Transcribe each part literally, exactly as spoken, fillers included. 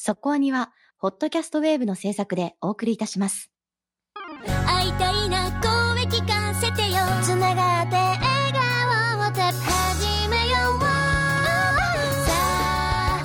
そこアニは、ホットキャストウェーブの制作でお送りいたします。 会いたいな、声聞かせてよ。つながって笑顔を始めよう。さあ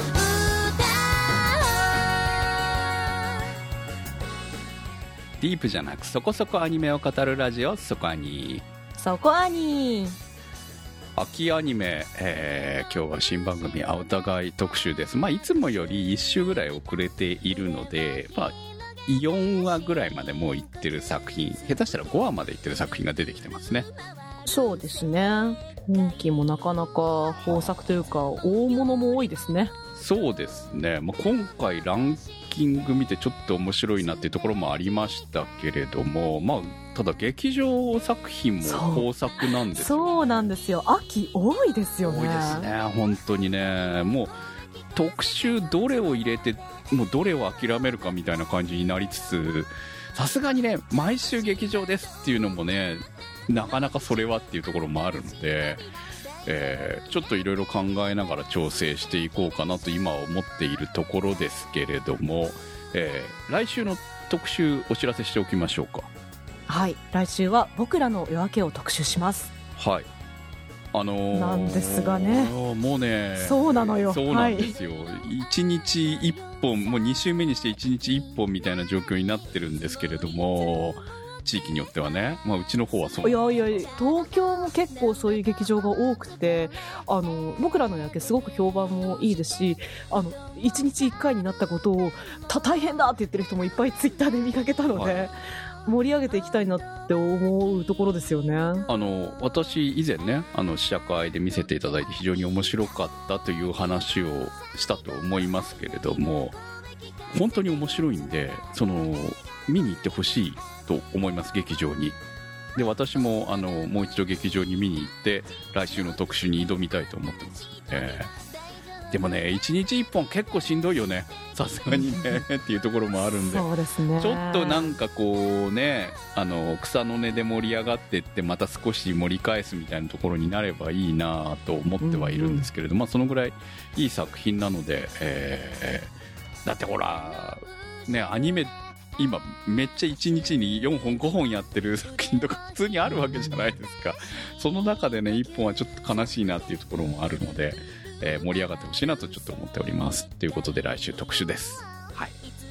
歌おう。ディープじゃなくそこそこアニメを語るラジオ、そこアニ。 そこアニ秋アニメ、えー、今日は新番組お互い特集です。まあいつもよりいっ週ぐらい遅れているので、まあよんわぐらいまでもういってる作品、下手したらごわまでいってる作品が出てきてますね。 そうですね。今期もなかなか豊作というか大物も多いですね。 そうですね、まあ、今回ランキング見てちょっと面白いなっていうところもありましたけれども、まあただ劇場作品も豊作なんですよ、ね、 そうなんですよ。秋多いですよね。 多いですね、本当にね。もう特集どれを入れてもうどれを諦めるかみたいな感じになりつつ、さすがにね毎週劇場ですっていうのもねなかなかそれはっていうところもあるので、えー、ちょっといろいろ考えながら調整していこうかなと今は思っているところですけれども、えー、来週の特集お知らせしておきましょうか。 はい、来週は僕らの夜明けを特集します。 はい、あのー、 なんですがね、 もうねそうなのよ。 そうなんですよ、はい、いちにちいっぽん、もうに週目にしていちにちいっぽんみたいな状況になってるんですけれども、地域によってはね、まあ、うちの方はそう。 いやいや、東京も結構そういう劇場が多くて、あの僕らの夜明けすごく評判もいいですし、あのいちにちいっかいになったことをた大変だって言ってる人もいっぱいツイッターで見かけたので、はい、盛り上げていきたいなって思うところですよね。 あの私以前ねあの試写会で見せていただいて非常に面白かったという話をしたと思いますけれども、本当に面白いんでその見に行ってほしいと思います、劇場に。で私もあのもう一度劇場に見に行って来週の特集に挑みたいと思ってます、えー、でもねいちにちいっぽん結構しんどいよね、さすがにねっていうところもあるんで、 そうですね、 ちょっとなんかこうねあの草の根で盛り上がってってまた少し盛り返すみたいなところになればいいなと思ってはいるんですけれども、うんうん、まあ、そのぐらいいい作品なので、えー、だってほらねアニメ今めっちゃいちにちによんほんごほんやってる作品とか普通にあるわけじゃないですか。その中でねいっぽんはちょっと悲しいなっていうところもあるので、えー、盛り上がってほしいなとちょっと思っておりますということで来週特集です。はい、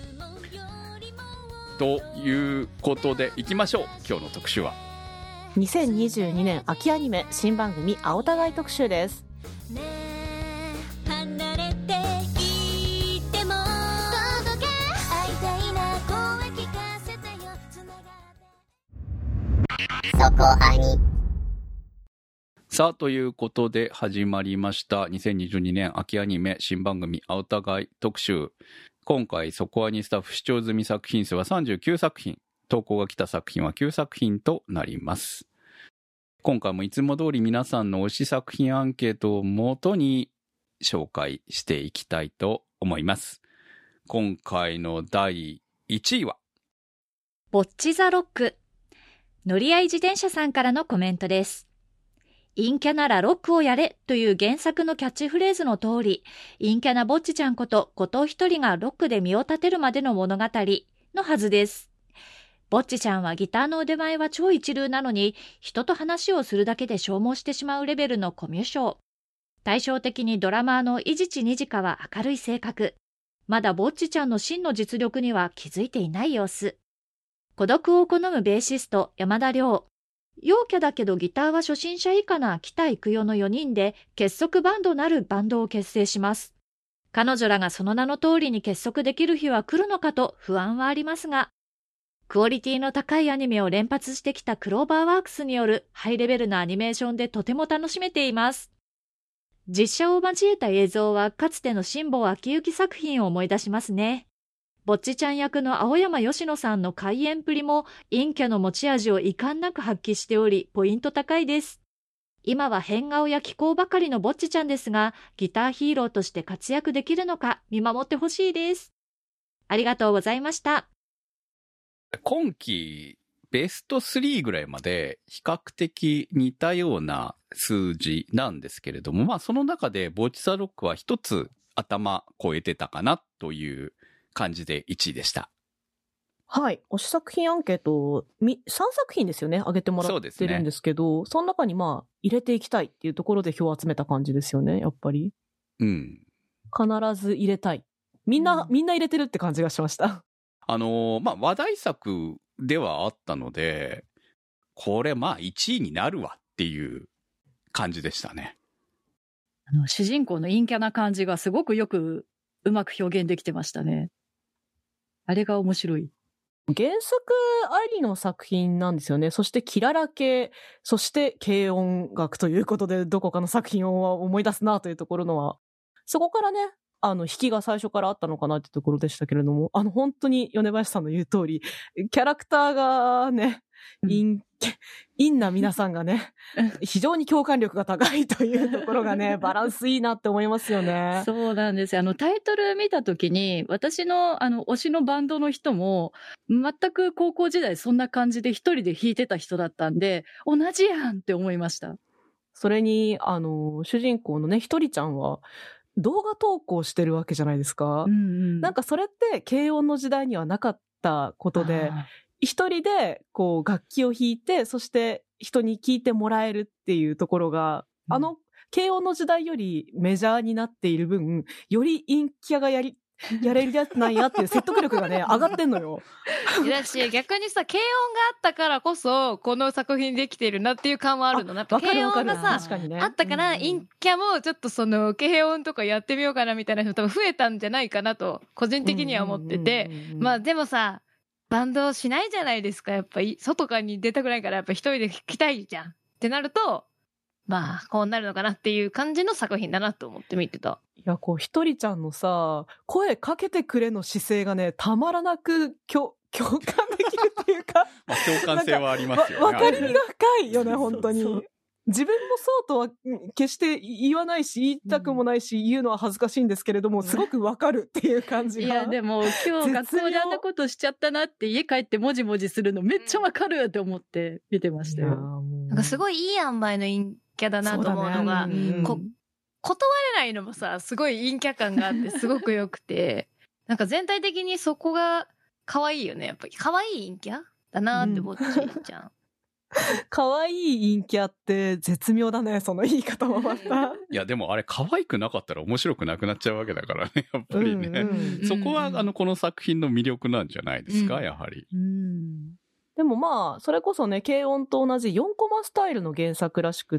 ということでいきましょう。今日の特集はにせんにじゅうにねん秋アニメ新番組お互い特集です。 そこアニ。 さあということで始まりましたにせんにじゅうにねん秋アニメ新番組お互い特集。今回そこアニスタッフ視聴済み作品数はさんじゅうきゅうさく品、投稿が来た作品はきゅうさく品となります。今回もいつも通り皆さんの推し作品アンケートをもとに紹介していきたいと思います。今回のだいいちいはボッチザロック、乗り合い自転車さんからのコメントです。陰キャならロックをやれという原作のキャッチフレーズの通り、陰キャなぼっちちゃんこと後藤一人がロックで身を立てるまでの物語のはずです。ぼっちちゃんはギターの腕前は超一流なのに、人と話をするだけで消耗してしまうレベルのコミュ障。対照的にドラマーの伊地知にじかは明るい性格。まだぼっちちゃんの真の実力には気づいていない様子。孤独を好むベーシスト山田亮。陽キャだけどギターは初心者以下な北育代のよにんで結束バンドなるバンドを結成します。彼女らがその名の通りに結束できる日は来るのかと不安はありますが、クオリティの高いアニメを連発してきたクローバーワークスによるハイレベルなアニメーションでとても楽しめています。実写を交えた映像はかつての辛坊秋行作品を思い出しますね。ぼっちちゃん役の青山吉野さんの怪演プリも陰キャの持ち味を遺憾なく発揮しており、ポイント高いです。今は変顔や気候ばかりのぼっちちゃんですが、ギターヒーローとして活躍できるのか見守ってほしいです。ありがとうございました。 今期ベストスリーぐらいまで比較的似たような数字なんですけれども、まあその中でボッチザロックは一つ頭超えてたかなという感じでいちいでした。 はい。推し作品アンケート、み、さんさく品ですよね、上げてもらってるんですけど、そ, ね、その中にまあ、入れていきたいっていうところで票を集めた感じですよね、やっぱり。 うん。 必ず入れたい。みんな、うん、みんな入れてるって感じがしました。 あのー、まあ、話題作ではあったので、これまあいちいになるわっていう感じでしたね。 あの主人公の陰キャな感じがすごくよくうまく表現できてましたね。あれが面白い。 原作ありの作品なんですよね。そしてキララ系、そして軽音楽ということで、どこかの作品を思い出すなというところのは、そこからね、あの、引きが最初からあったのかなっていうところでしたけれども、あの、本当に米林さんの言う通り、キャラクターがね、陰、陰な皆さんがね、非常に共感力が高いというところがね、バランスいいなって思いますよね。 そうなんですよ。あの、タイトル見たときに、私の、あの、推しのバンドの人も、全く高校時代そんな感じで一人で弾いてた人だったんで、同じやんって思いました。 それに、あの、主人公のね、ひとりちゃんは、動画投稿してるわけじゃないですか。うんうん、なんかそれって軽音の時代にはなかったことで、一人でこう楽器を弾いて、そして人に聴いてもらえるっていうところが、うん、あの軽音の時代よりメジャーになっている分、より陰キャがやり、やれるやつなんやっていう説得力がね、上がってんのよ。 だし、逆にさ、軽音があったからこそ、この作品できてるなっていう感はあるの。やっぱ軽音がさ、ね、あったから、陰キャもちょっとその、軽音とかやってみようかなみたいな人多分増えたんじゃないかなと、個人的には思ってて。まあでもさ、バンドしないじゃないですか。やっぱり、外側に出たくないから、やっぱ一人で弾きたいじゃん。ってなると、まあ、こうなるのかなっていう感じの作品だなと思って見てた。 いや、こう、ひとりちゃんのさ、声かけてくれの姿勢がね、たまらなく共、共感できるっていうか。 まあ、共感性はありますよね。 わかりみが深いよね、本当に。そうそうそう、自分もそうとは決して言わないし、言いたくもないし、うん、言うのは恥ずかしいんですけれども、すごくわかるっていう感じが。 いや、でも今日学校であんなことしちゃったなって家帰ってもじもじするのめっちゃわかるって思って見てましたよ。 なんかすごいいい塩梅の陰キャだなと思うのが、ね、うん、こ断れないのもさ、すごい陰キャ感があってすごく良くて、なんか全体的にそこが可愛いよね。やっぱり可愛い陰キャだなってぼっちちゃん。 可愛い陰キャって絶妙だね、その言い方もまた。 いや、でもあれ可愛くなかったら面白くなくなっちゃうわけだからね、やっぱりね。うんうん、そこは、あの、この作品の魅力なんじゃないですか、うん、やはり。うん、 でもまあ、それこそね、軽音と同じよんコマスタイルの原作らしくって、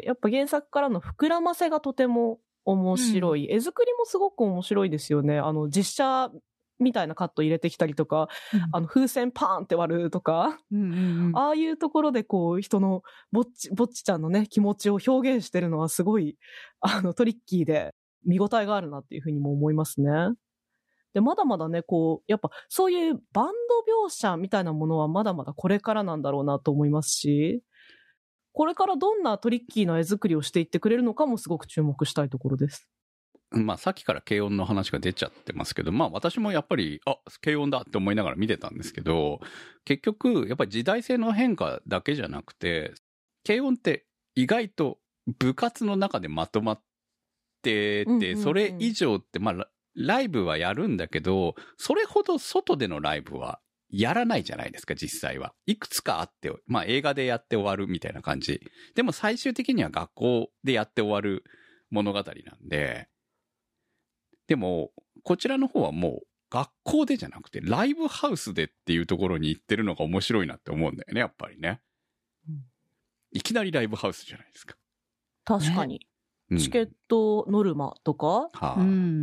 やっぱ原作からの膨らませがとても面白い。うん、絵作りもすごく面白いですよね。あの、実写みたいなカット入れてきたりとか、うん、あの風船パーンって割るとか、うんうんうん、ああいうところでこう人のぼっち、ぼっちちゃんのね、気持ちを表現してるのはすごい、あのトリッキーで見応えがあるなっていうふうにも思いますね。で、まだまだね、こう、やっぱそういうバンド描写みたいなものはまだまだこれからなんだろうなと思いますし、これからどんなトリッキーな絵作りをしていってくれるのかもすごく注目したいところです。 まあさっきから軽音の話が出ちゃってますけど、まあ私もやっぱり、あ、軽音だって思いながら見てたんですけど、結局やっぱり時代性の変化だけじゃなくて、軽音って意外と部活の中でまとまってて、それ以上ってまあライブはやるんだけど、それほど外でのライブはやらないじゃないですか、実際は。いくつかあって、まあ映画でやって終わるみたいな感じ。でも最終的には学校でやって終わる物語なんで、でも、こちらの方はもう学校でじゃなくてライブハウスでっていうところに行ってるのが面白いなって思うんだよね、やっぱりね。うん、いきなりライブハウスじゃないですか。 確かに。ね、チケットノルマとか、うん、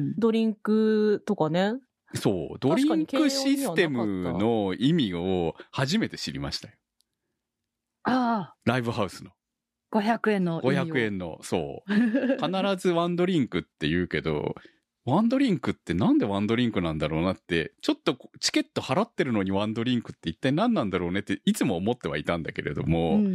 ドリンクとかね。 そう、ドリンクシステムの意味を初めて知りましたよ。 ああ。 ライブハウスの。 ごひゃくえんの意味を。 ごひゃくえんの、そう。必ずワンドリンクって言うけど、ワンドリンクってなんでワンドリンクなんだろうなって、ちょっとチケット払ってるのにワンドリンクって一体何なんだろうねっていつも思ってはいたんだけれども、うんうん、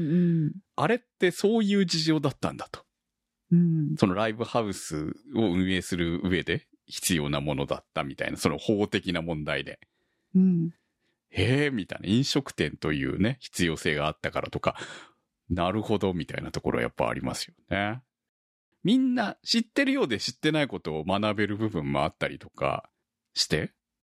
あれってそういう事情だったんだと、うん。そのライブハウスを運営する上で必要なものだったみたいな、その法的な問題で。うん、へえ、みたいな、飲食店というね、必要性があったからとか、なるほどみたいなところはやっぱありますよね。みんな知ってるようで知ってないことを学べる部分もあったりとかして、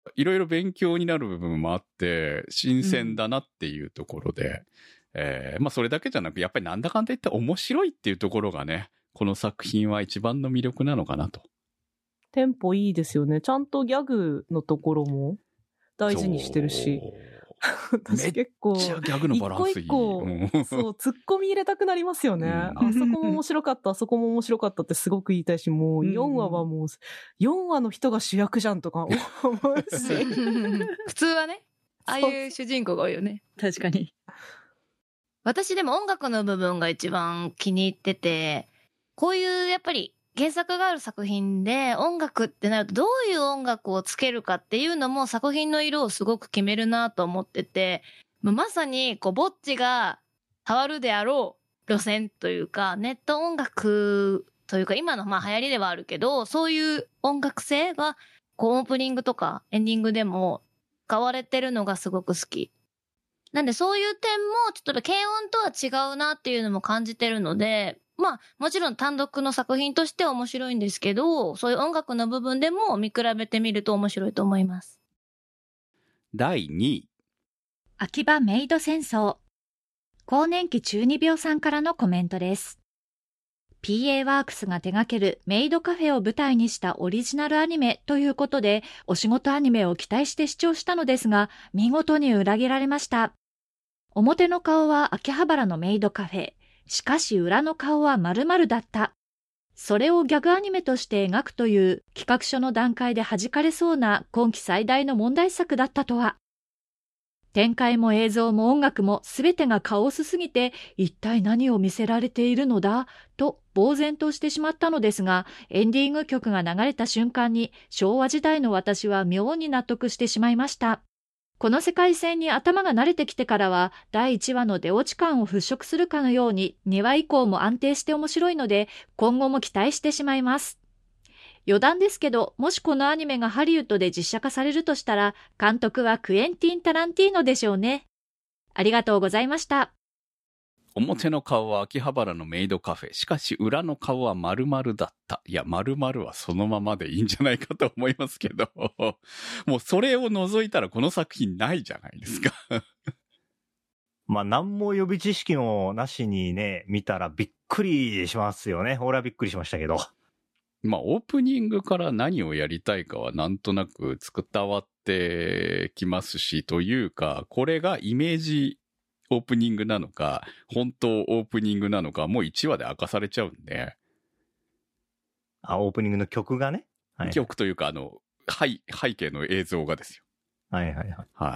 いろいろ勉強になる部分もあって新鮮だなっていうところで、うん、えー、まあそれだけじゃなくやっぱりなんだかんだ言って面白いっていうところがねこの作品は一番の魅力なのかなと。テンポいいですよね。ちゃんとギャグのところも大事にしてるし。私結構、 めっちゃギャグのバランスいい。 一個一個、そう、突っ込み入れたくなりますよね。うん、あそこも面白かった、あそこも面白かったってすごく言いたいし、もうよんわはもう、よんわの人が主役じゃんとか思うし。 普通はね、ああいう主人公が多いよね。 確かに。 私でも音楽の部分が一番気に入ってて、こういうやっぱり原作がある作品で音楽ってなるとどういう音楽をつけるかっていうのも作品の色をすごく決めるなと思ってて、まさにこうぼっちが変わるであろう路線というか、ネット音楽というか今のまあ流行りではあるけど、そういう音楽性がこうオープニングとかエンディングでも使われてるのがすごく好き。なんでそういう点もちょっと軽音とは違うなっていうのも感じてるので、まあもちろん単独の作品としては面白いんですけど、そういう音楽の部分でも見比べてみると面白いと思います。 だいにい、 秋葉メイド戦争。更年期中二病さんからのコメントです。ピーエー ワークスが手掛けるメイドカフェを舞台にしたオリジナルアニメということで、お仕事アニメを期待して視聴したのですが、見事に裏切られました。表の顔は秋葉原のメイドカフェ。しかし裏の顔は〇〇だった。それをギャグアニメとして描くという企画書の段階で弾かれそうな今季最大の問題作だったとは。展開も映像も音楽もすべてがカオスすぎて一体何を見せられているのだと呆然としてしまったのですが、エンディング曲が流れた瞬間に昭和時代の私は妙に納得してしまいました。この世界線に頭が慣れてきてからはだいいちわの出落ち感を払拭するかのようににわ以降も安定して面白いので今後も期待してしまいます。余談ですけど、もしこのアニメがハリウッドで実写化されるとしたら監督はクエンティン・タランティーノでしょうね。ありがとうございました。 表の顔は秋葉原のメイドカフェ。しかし裏の顔は〇〇だった。いや、〇〇はそのままでいいんじゃないかと思いますけど。もうそれを除いたらこの作品ないじゃないですか。 まあ何も予備知識もなしにね、見たらびっくりしますよね。俺はびっくりしましたけど。 まあオープニングから何をやりたいかはなんとなく伝わってきますし、というか、これがイメージオープニングなのか本当オープニングなのかもういちわで明かされちゃうんで。 あ、オープニングの曲がね、 はい、曲というかあの背背景の映像がですよ。 はいはいはいはい。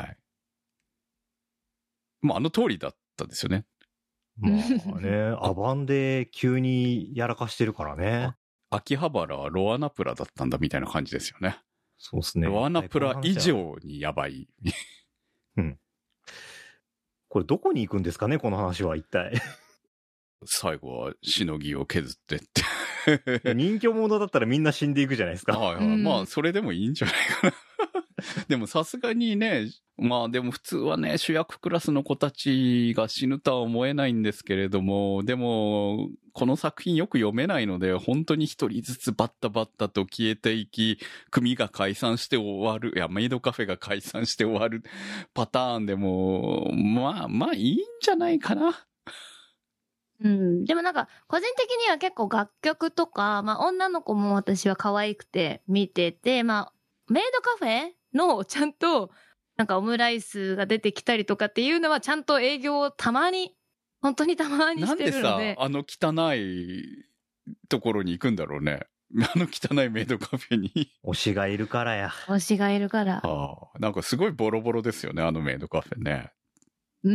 まああの通りだったんですよね。 まあね、アバンで急にやらかしてるからね。 秋葉原はロアナプラだったんだみたいな感じですよね。 そうですね。 ロアナプラ以上にやばい。 うん。これどこに行くんですかね、この話は一体。 最後はしのぎを削ってって人気者だったらみんな死んでいくじゃないですか。 はいはい。まあそれでもいいんじゃないかな。でもさすがにね、まあでも普通はね、主役クラスの子たちが死ぬとは思えないんですけれども、でもこの作品よく読めないので、本当に一人ずつバッタバッタと消えていき、組が解散して終わる、いやメイドカフェが解散して終わるパターンでも、まあまあいいんじゃないかな。 うん、でもなんか個人的には結構楽曲とか、まあ女の子も私は可愛くて見てて、まあメイドカフェのちゃんとなんかオムライスが出てきたりとかっていうのはちゃんと営業をたまに本当にたまにしてるので。 なんでさあの汚いところに行くんだろうね。あの汚いメイドカフェに推しがいるからや。 推しがいるから。 はあ、なんかすごいボロボロですよね、あのメイドカフェね。 うん。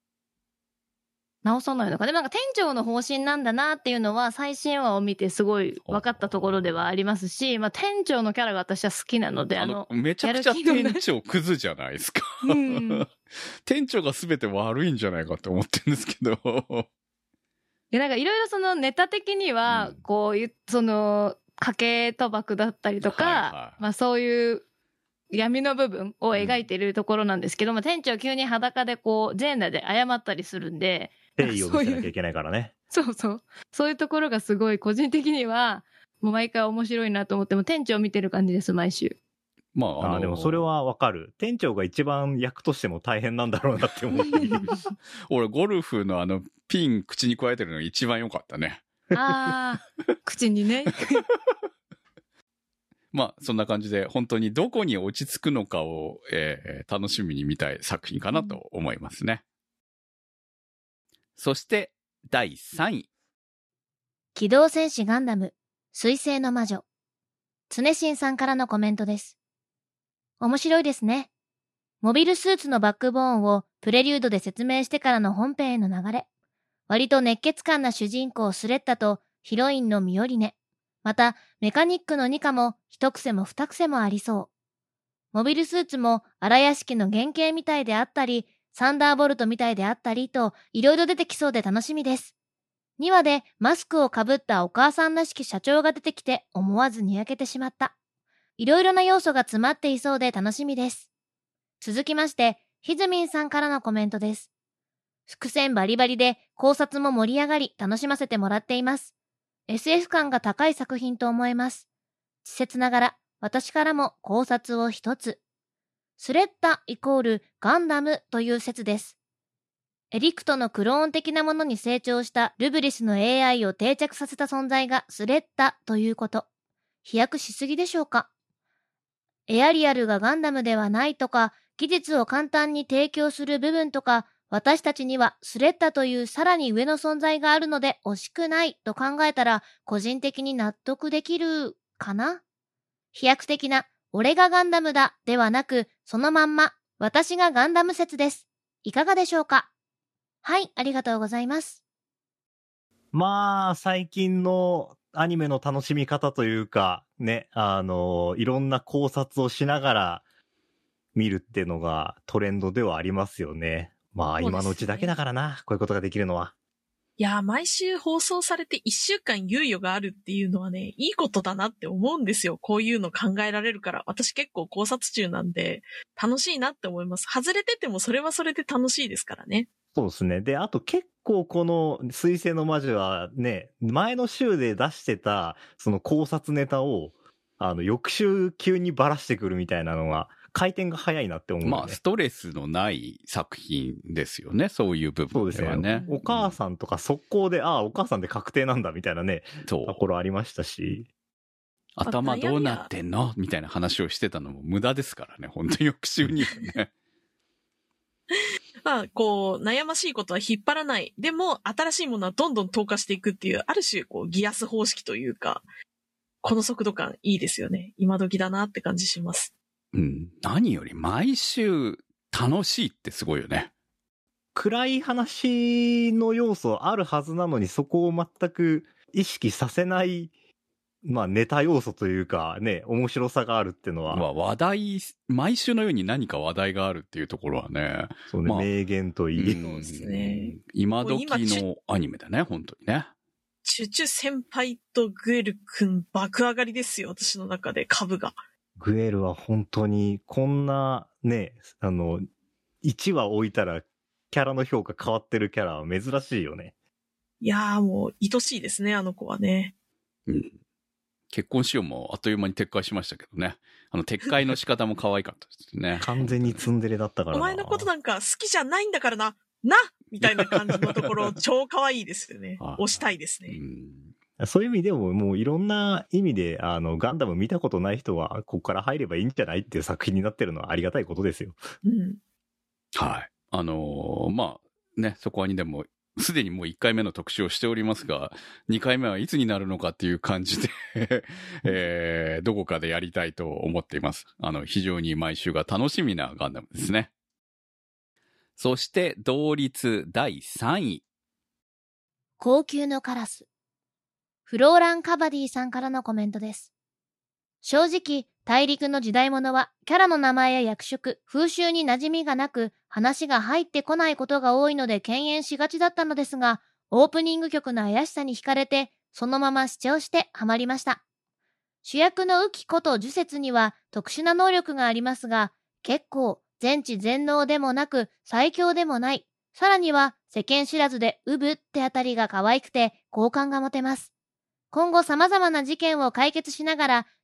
直さないのか。でもなんか店長の方針なんだなっていうのは最新話を見てすごい分かったところではありますし、まあ店長のキャラが私は好きなので、あの、 あのめちゃくちゃ店長クズじゃないですか。うん、店長が全て悪いんじゃないかって思ってるんですけど。 いやなんかいろいろそのネタ的には、こういう、その、賭け賭博だったりとか、はいはい、まあそういう闇の部分を描いているところなんですけども、うん、店長急に裸でこう、全裸で謝ったりするんで、 誠意を見せなきゃいけないからね。 そうそう。そういうところがすごい個人的には、もう毎回面白いなと思っても、店長見てる感じです、毎週。 まあ、あのー、 あでもそれはわかる。店長が一番役としても大変なんだろうなって思っている。 俺、ゴルフのあの、ピン口に加えてるのが一番良かったね。 ああ、口にね。 まあ、そんな感じで、本当にどこに落ち着くのかを、えー、楽しみに見たい作品かなと思いますね。うん、そして、だいさんい。 機動戦士ガンダム、水星の魔女。常新さんからのコメントです。面白いですね。モビルスーツのバックボーンをプレリュードで説明してからの本編への流れ。割と熱血感な主人公スレッタとヒロインのミオリネ。また、メカニックのニカも一癖も二癖もありそう。モビルスーツも荒屋敷の原型みたいであったり、サンダーボルトみたいであったりと、いろいろ出てきそうで楽しみです。にわでマスクをかぶったお母さんらしき社長が出てきて思わずにやけてしまった。いろいろな要素が詰まっていそうで楽しみです。続きまして、ひずみんさんからのコメントです。伏線バリバリで考察も盛り上がり楽しませてもらっています。エスエフ 感が高い作品と思えます。稚拙ながら私からも考察を一つ。スレッタイコールガンダムという説です。エリクトのクローン的なものに成長したルブリスの エーアイ を定着させた存在がスレッタということ。飛躍しすぎでしょうか。エアリアルがガンダムではないとか、技術を簡単に提供する部分とか、私たちにはスレッタというさらに上の存在があるので惜しくないと考えたら個人的に納得できるかな。飛躍的な俺がガンダムだではなくそのまんま私がガンダム説です。いかがでしょうか。はい、ありがとうございます。 まあ最近のアニメの楽しみ方というかね、あのいろんな考察をしながら見るっていうのがトレンドではありますよね。まあ、今のうちだけだからな、こういうことができるのは。 いや、毎週放送されていっしゅうかん猶予があるっていうのはね、いいことだなって思うんですよ。こういうの考えられるから。私結構考察中なんで、楽しいなって思います。外れててもそれはそれで楽しいですからね。 そうですね。で、あと結構この水星の魔女はね、前の週で出してた、その考察ネタを、あの、翌週急にばらしてくるみたいなのが、回転が早いなって思う、ね。 まあ、ストレスのない作品ですよね。そういう部分ではね。そうですね。 お母さんとか速攻で、ああ、お母さんで確定なんだみたいなね、ところありましたし。 頭どうなってんのみたいな話をしてたのも無駄ですからね。本当に翌週にはね。 まあ、こう、悩ましいことは引っ張らない。でも、新しいものはどんどん投下していくっていう、ある種、こう、ギアス方式というか、この速度感いいですよね。今時だなって感じします。 うん。何より毎週楽しいってすごいよね。 暗い話の要素あるはずなのにそこを全く意識させない、まあネタ要素というかね、面白さがあるっていうのは。 まあ話題、毎週のように何か話題があるっていうところはね。 そうね、まあ、名言といい。 そうですね。 今時のアニメだね、本当にね。 チュチュ先輩とグエルくん爆上がりですよ、私の中で株が。 グエルは本当にこんなね、あの、いちわ置いたらキャラの評価変わってるキャラは珍しいよね。 いやーもう愛しいですね、あの子はね。 うん。結婚しようもあっという間に撤回しましたけどね。あの、撤回の仕方も可愛かったですね。 完全にツンデレだったからな。 お前のことなんか好きじゃないんだからな、なみたいな感じのところ超可愛いですよね。推したいですね。 うんそういう意味でも、もういろんな意味で、あの、ガンダム見たことない人は、ここから入ればいいんじゃないっていう作品になってるのはありがたいことですよ。 うん。 はい。あのー、まあ、ね、そこにでも、すでにもういっかいめの特集をしておりますが、にかいめはいつになるのかっていう感じで、えー、どこかでやりたいと思っています。あの、非常に毎週が楽しみなガンダムですね。そして、同率だいさんい。 高級のカラス。フローラン・カバディさんからのコメントです。正直、大陸の時代物はキャラの名前や役職、風習に馴染みがなく、話が入ってこないことが多いので敬遠しがちだったのですが、オープニング曲の怪しさに惹かれて、そのまま視聴してハマりました。主役のウキこと呪節には特殊な能力がありますが、結構全知全能でもなく最強でもない。さらには世間知らずでウブってあたりが可愛くて好感が持てます。今後様々な事件を解決しながら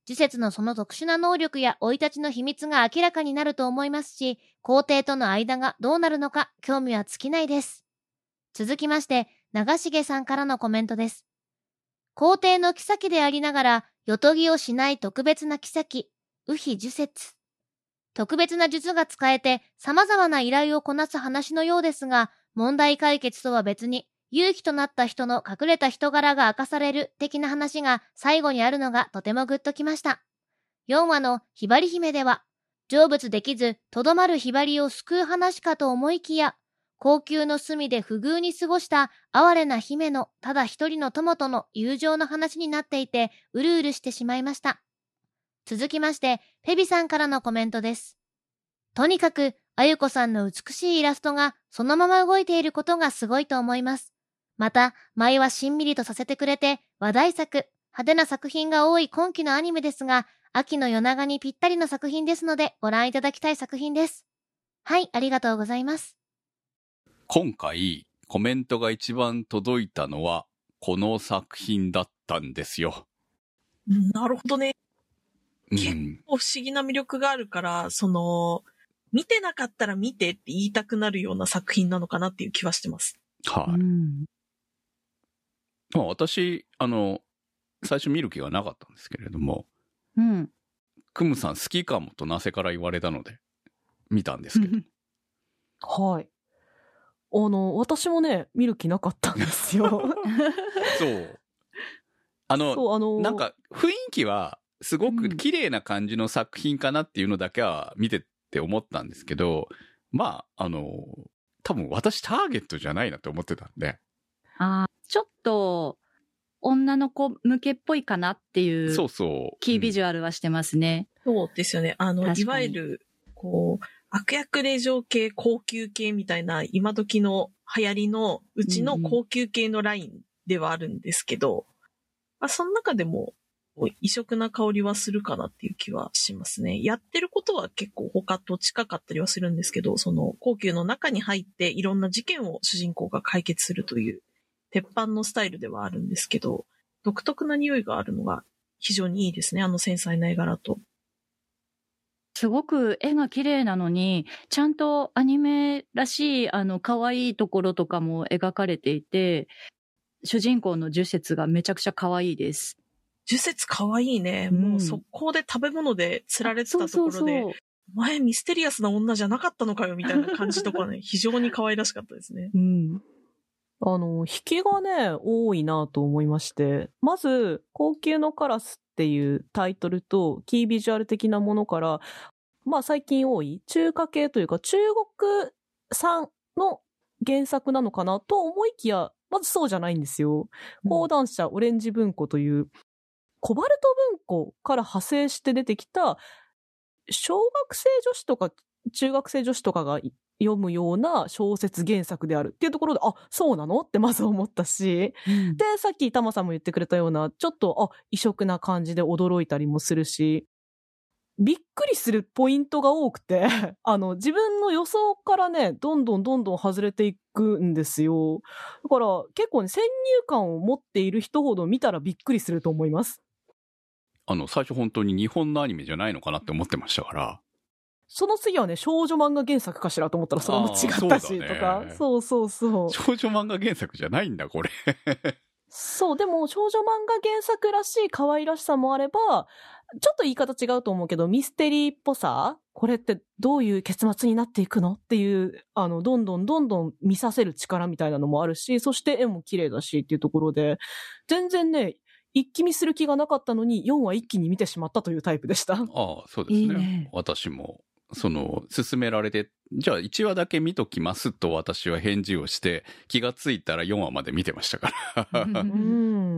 呪節のその特殊な能力や生い立ちの秘密が明らかになると思いますし、皇帝との間がどうなるのか興味は尽きないです。続きまして、長重さんからのコメントです。皇帝の妃でありながら、夜とぎをしない特別な妃、右妃呪節。特別な術が使えて様々な依頼をこなす話のようですが、問題解決とは別に、勇気となった人の隠れた人柄が明かされる的な話が最後にあるのがとてもグッときました。よんわのひばり姫では、成仏できずとどまるひばりを救う話かと思いきや、高級の隅で不遇に過ごした哀れな姫のただ一人の友との友情の話になっていて、うるうるしてしまいました。続きまして、ペビさんからのコメントです。とにかく、あゆこさんの美しいイラストがそのまま動いていることがすごいと思います。また、舞はしんみりとさせてくれて、話題作、派手な作品が多い今期のアニメですが、秋の夜長にぴったりの作品ですので、ご覧いただきたい作品です。はい、ありがとうございます。 今回、コメントが一番届いたのは、この作品だったんですよ。 なるほどね。 うん、 結構不思議な魅力があるから、その、見てなかったら見てって言いたくなるような作品なのかなっていう気はしてます。 はい、 うん、 まあ、私、あの、最初見る気がなかったんですけれども、 うん。 クムさん好きかもとなぜから言われたので、見たんですけど。 はい。あの、私もね、見る気なかったんですよ。 そう。あの、 そうあのー、 なんか雰囲気はすごく綺麗な感じの作品かなっていうのだけは見てて思ったんですけど、まあ、あの、多分私ターゲットじゃないなって思ってたんで。 ああ、ちょっと女の子向けっぽいかなっていう。 そうそう。 キービジュアルはしてますね。 うん、そうですよね。あの、いわゆる、こう、悪役令嬢系、高級系みたいな今時の流行りのうちの高級系のラインではあるんですけど、うんまあ、その中でも異色な香りはするかなっていう気はしますね。やってることは結構他と近かったりはするんですけど、その高級の中に入っていろんな事件を主人公が解決するという鉄板のスタイルではあるんですけど、独特な匂いがあるのが非常にいいですね。あの繊細な絵柄と。 すごく絵が綺麗なのに、ちゃんとアニメらしい、あの、可愛いところとかも描かれていて、主人公の呪節がめちゃくちゃ可愛いです。 呪節可愛いね。うん、もう速攻で食べ物で釣られてたところで、そうそうそう前ミステリアスな女じゃなかったのかよみたいな感じとかね、非常に可愛らしかったですね。 うん。あの、引きがね、多いなと思いまして、まず、高級のカラスっていうタイトルとキービジュアル的なものから、まあ最近多い中華系というか中国産の原作なのかなと思いきや、まずそうじゃないんですよ。講談社オレンジ文庫というコバルト文庫から派生して出てきた小学生女子とか中学生女子とかが読むような小説原作であるっていうところで、あ、そうなのってまず思ったし、うん、で、さっきタマさんも言ってくれたような、ちょっと、あ、異色な感じで驚いたりもするし、びっくりするポイントが多くて、あの、自分の予想からね、どんどんどんどん外れていくんですよ。だから、結構ね、先入観を持っている人ほど見たらびっくりすると思います。 あの、最初本当に日本のアニメじゃないのかなって思ってましたから。 その次はね、少女漫画原作かしらと思ったらそれも違ったし、とか。そうそうそう。 少女漫画原作じゃないんだ、これ。 そう、でも少女漫画原作らしい可愛らしさもあれば、ちょっと言い方違うと思うけど、ミステリーっぽさ、これってどういう結末になっていくのっていう、あの、どんどんどんどん見させる力みたいなのもあるし、そして絵も綺麗だしっていうところで、全然ね、一気見する気がなかったのに、よんわ一気に見てしまったというタイプでした。ああ、そうですね。いいね。私も。その、勧められて、じゃあいちわだけ見ときますと私は返事をして、気がついたらよんわまで見てましたから。うん、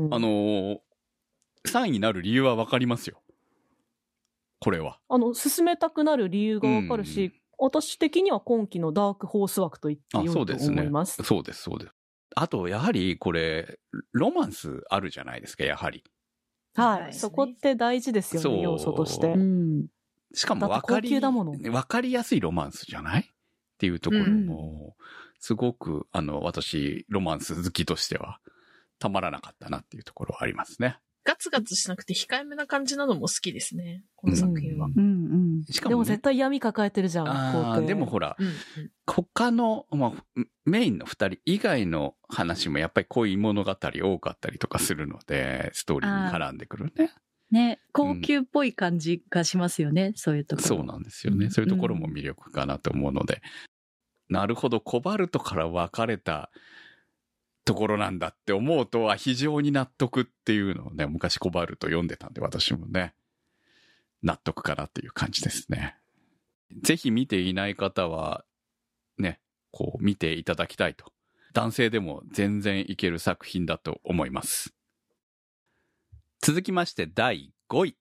あの、さんいになる理由はわかりますよ。これは。 あの、勧めたくなる理由がわかるし、うん、私的には今期のダークホース枠と言ってよいと思います。 そうですね。そうです、そうです。あと、やはりこれ、ロマンスあるじゃないですか、やはり。 はい。はい、そこって大事ですよね、要素として。うんしかも分かり、分かりやすいロマンスじゃないっていうところも、すごく、あの、私、ロマンス好きとしては、たまらなかったなっていうところはありますね。 ガツガツしなくて控えめな感じなのも好きですね、この作品は。 うんうんしかも、ね、でも絶対闇抱えてるじゃん。 あでもほら、うんうん、他の、まあ、メインの二人以外の話もやっぱり恋物語多かったりとかするので、ストーリーに絡んでくるね。 ね、高級っぽい感じがしますよね、うん、そういうところ。 そうなんですよね。そういうところも魅力かなと思うので、うん、なるほど、コバルトから別れたところなんだって思うとは非常に納得っていうのをね、昔コバルト読んでたんで私もね、納得かなっていう感じですね。ぜひ見ていない方はね、こう見ていただきたいと。男性でも全然いける作品だと思います。続きましてだいごい。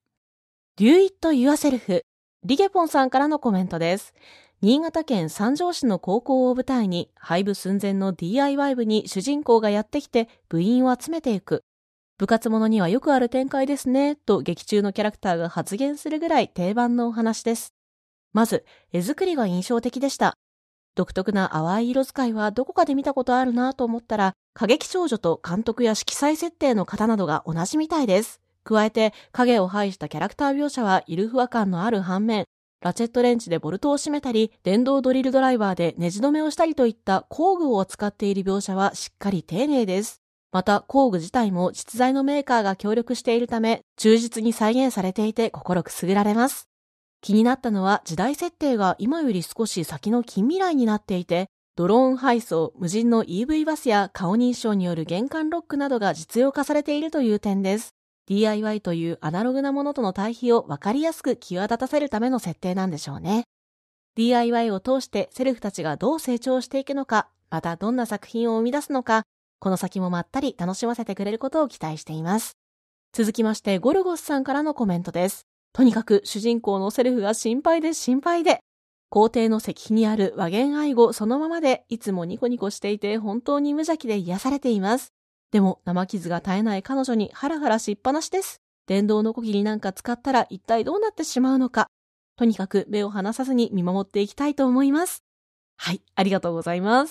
Do It Yourself、リゲポンさんからのコメントです。新潟県三条市の高校を舞台に廃部寸前の ディーアイワイ 部に主人公がやってきて部員を集めていく。部活ものにはよくある展開ですね、と劇中のキャラクターが発言するぐらい定番のお話です。まず、絵作りが印象的でした。独特な淡い色使いはどこかで見たことあるなと思ったら、過激少女と監督や色彩設定の方などが同じみたいです。加えて、影を配したキャラクター描写はイルフワ感のある反面、ラチェットレンチでボルトを締めたり、電動ドリルドライバーでネジ止めをしたりといった工具を使っている描写はしっかり丁寧です。また工具自体も実在のメーカーが協力しているため、忠実に再現されていて心くすぐられます。気になったのは時代設定が今より少し先の近未来になっていて、ドローン配送、無人の イーブイ バスや顔認証による玄関ロックなどが実用化されているという点です。ディーアイワイ というアナログなものとの対比を分かりやすく際立たせるための設定なんでしょうね。ディーアイワイ を通してセルフたちがどう成長していくのか、またどんな作品を生み出すのか、この先もまったり楽しませてくれることを期待しています。続きましてゴルゴスさんからのコメントです。とにかく主人公のセルフが心配で心配で、皇帝の石碑にある和言愛語そのままでいつもニコニコしていて本当に無邪気で癒されています。でも生傷が絶えない彼女にハラハラしっぱなしです。電動ノコギリなんか使ったら一体どうなってしまうのか。とにかく目を離さずに見守っていきたいと思います。はい、ありがとうございます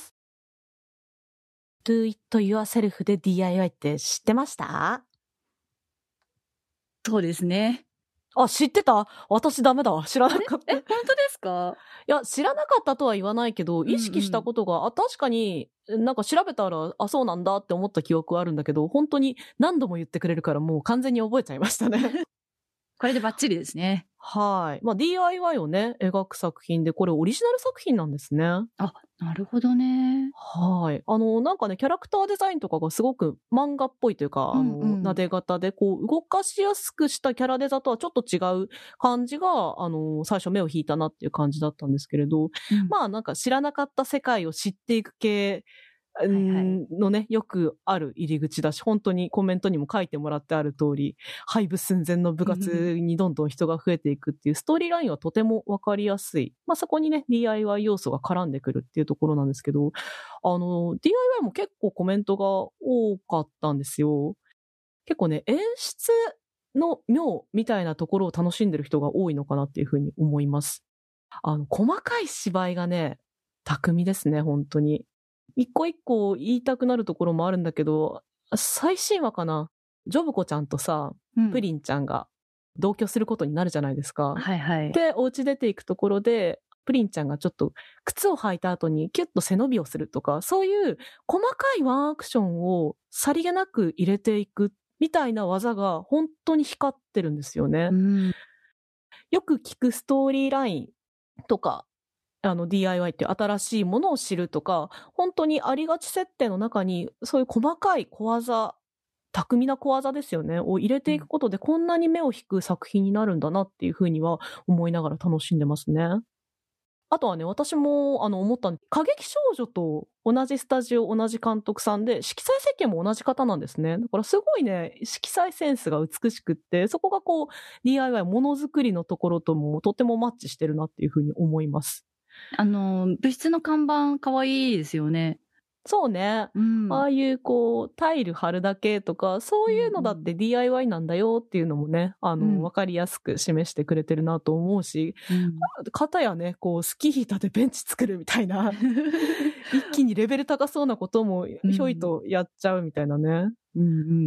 。Do It Yourself で ディーアイワイ って知ってました？ そうですね。 あ、知ってた？私ダメだ。知らなかった。 え、本当ですか？ いや、知らなかったとは言わないけど、意識したことが、うんうん、あ、確かに、なんか調べたら、あ、そうなんだって思った記憶はあるんだけど、本当に何度も言ってくれるからもう完全に覚えちゃいましたね。 これでバッチリですね。 はい。まあ ディーアイワイ をね、描く作品で、これオリジナル作品なんですね。あ、 なるほどね。 はい。あの、なんかね、キャラクターデザインとかがすごく漫画っぽいというか、うんうん、あの、なで型で、こう、動かしやすくしたキャラデザとはちょっと違う感じが、あの、最初目を引いたなっていう感じだったんですけれど、うん、まあなんか知らなかった世界を知っていく系、はいはい、のね、よくある入り口だし、本当にコメントにも書いてもらってある通り、廃部寸前の部活にどんどん人が増えていくっていうストーリーラインはとてもわかりやすい。まあそこにね、ディーアイワイ 要素が絡んでくるっていうところなんですけど、あの、ディーアイワイ も結構コメントが多かったんですよ。結構ね、演出の妙みたいなところを楽しんでる人が多いのかなっていうふうに思います。あの、細かい芝居がね、巧みですね、本当に。一個一個言いたくなるところもあるんだけど、最新話かな、ジョブ子ちゃんとさ、うん、プリンちゃんが同居することになるじゃないですか。 はいはい。 で、お家出ていくところで、プリンちゃんがちょっと靴を履いた後にキュッと背伸びをするとか、そういう細かいワンアクションをさりげなく入れていくみたいな技が本当に光ってるんですよね。うん、よく聞くストーリーラインとか、あの ディーアイワイ って新しいものを知るとか、本当にありがち設定の中にそういう細かい小技、巧みな小技ですよね、を入れていくことでこんなに目を引く作品になるんだなっていうふうには思いながら楽しんでますね。あとはね、私もあの思ったんで、過激少女と同じスタジオ、同じ監督さんで、色彩設計も同じ方なんですね。だからすごいね、色彩センスが美しくって、そこがこう ディーアイワイ ものづくりのところともとてもマッチしてるなっていうふうに思います。 あの、物質の看板かわいいですよね。 そうね。うん、ああいうこう、タイル貼るだけとか、そういうのだって ディーアイワイ なんだよっていうのもね、あの、わ、うん、かりやすく示してくれてるなと思うし、うん、かたやね、こう、スキー板でベンチ作るみたいな、一気にレベル高そうなこともひょいとやっちゃうみたいなね。うんうん、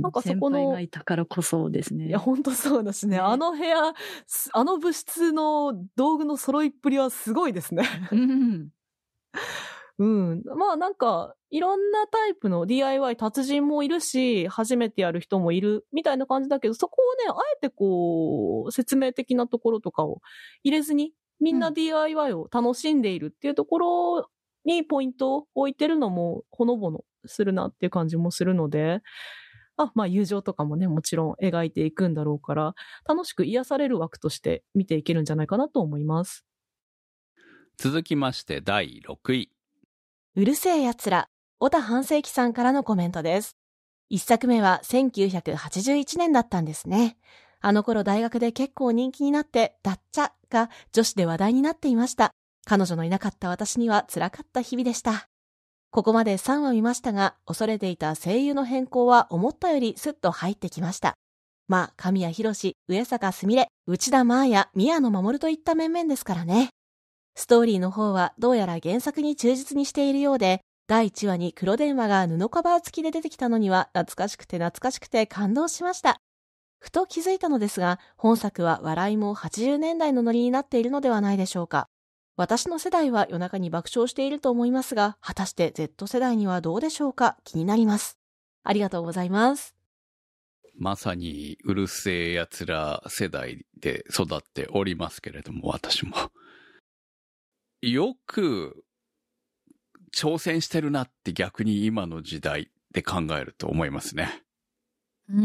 なんかそこの。先輩がいたからこそですね。 いや、ほんとそうだしね。ね、あの部屋、あの部室の道具の揃いっぷりはすごいですね。うんうん。まあなんか、いろんなタイプの ディーアイワイ 達人もいるし、初めてやる人もいるみたいな感じだけど、そこをね、あえてこう、説明的なところとかを入れずに、みんな ディーアイワイ を楽しんでいるっていうところにポイントを置いてるのも、ほのぼのするなっていう感じもするので、あ、まあ友情とかもね、もちろん描いていくんだろうから、楽しく癒される枠として見ていけるんじゃないかなと思います。 続きましてだいろくい。 うるせえ奴ら、小田半世紀さんからのコメントです。一作目はせんきゅうひゃくはちじゅういちねんだったんですね。あの頃大学で結構人気になって、ダッチャが女子で話題になっていました。彼女のいなかった私には辛かった日々でした。ここまでさんわ見ましたが、恐れていた声優の変更は思ったよりスッと入ってきました。まあ、神谷博史、上坂すみれ、内田真彩、宮野真守といった面々ですからね。ストーリーの方はどうやら原作に忠実にしているようで、だいいちわに黒電話が布カバー付きで出てきたのには懐かしくて懐かしくて感動しました。ふと気づいたのですが、本作は笑いもはちじゅうねんだいのノリになっているのではないでしょうか。私の世代は夜中に爆笑していると思いますが、果たして Z 世代にはどうでしょうか。気になります。ありがとうございます。 まさにうるせえやつら世代で育っておりますけれども、私も。よく挑戦してるなって逆に今の時代で考えると思いますね。 うん。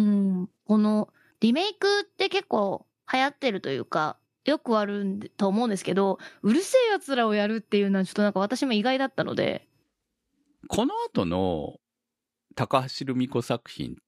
このリメイクって結構流行ってるというか、よくあると思うんですけど、うるせえ奴らをやるっていうのはちょっとなんか私も意外だったので。 この後の高橋留美子作品って、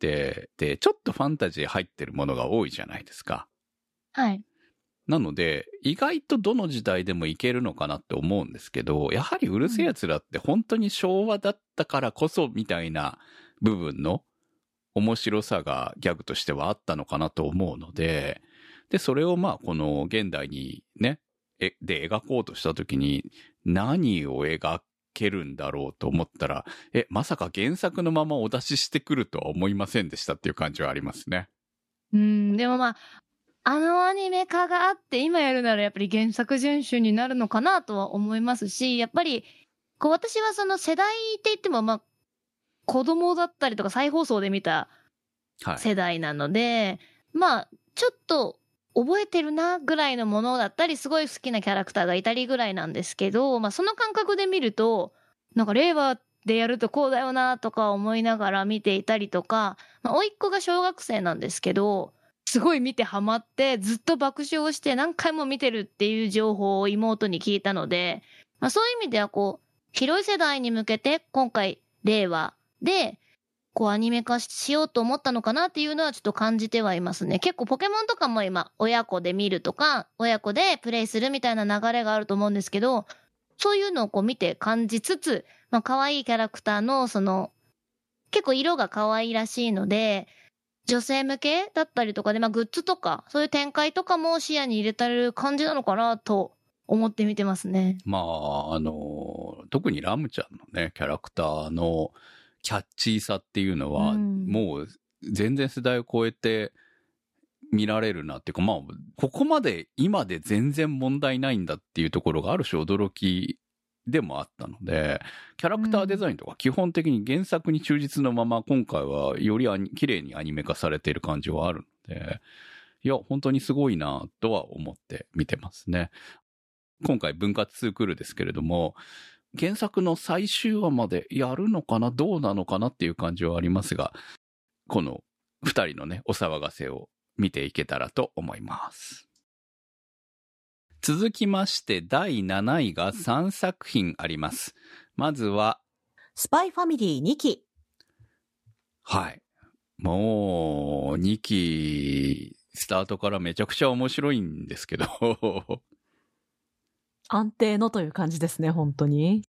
で、ちょっとファンタジー入ってるものが多いじゃないですか。 はい。 なので、意外とどの時代でもいけるのかなって思うんですけど、やはりうるせえ奴らって本当に昭和だったからこそみたいな部分の面白さがギャグとしてはあったのかなと思うので、で、それをまあこの現代にね、え、で描こうとしたときに何を描けるんだろうと思ったら、え、まさか原作のままお出ししてくるとは思いませんでしたっていう感じはありますね。 うん、でもまあ、あのアニメ化があって今やるならやっぱり原作遵守になるのかなとは思いますし、やっぱりこう私はその世代って言ってもまあ子供だったりとか再放送で見た世代なので、はい、まあちょっと覚えてるなぐらいのものだったりすごい好きなキャラクターがいたりぐらいなんですけど、まあその感覚で見るとなんか令和でやるとこうだよなとか思いながら見ていたりとか、まあ甥っ子が小学生なんですけど、すごい見てハマってずっと爆笑して何回も見てるっていう情報を妹に聞いたので、まあ、そういう意味ではこう広い世代に向けて今回令和でこうアニメ化しようと思ったのかなっていうのはちょっと感じてはいますね。結構ポケモンとかも今親子で見るとか親子でプレイするみたいな流れがあると思うんですけど、そういうのをこう見て感じつつ、まあ可愛いキャラクターのその結構色が可愛らしいので女性向けだったりとかで、まあグッズとかそういう展開とかも視野に入れたる感じなのかなと思って見てますね。 まああの特にラムちゃんのねキャラクターのキャッチーさっていうのは、うん、もう全然世代を超えて見られるなっていうか、まあここまで今で全然問題ないんだっていうところがある種驚きでもあったので、キャラクターデザインとか基本的に原作に忠実のまま今回はより綺麗にアニメ化されている感じはあるので、いや本当にすごいなとは思って見てますね。今回分割ツークールですけれども、原作の最終話までやるのかなどうなのかなっていう感じはありますが、この二人のねお騒がせを見ていけたらと思います。続きましてだいなないがさんさく品あります。まずはスパイファミリーにき。 はい、もうにきスタートからめちゃくちゃ面白いんですけど安定のという感じですね、本当に。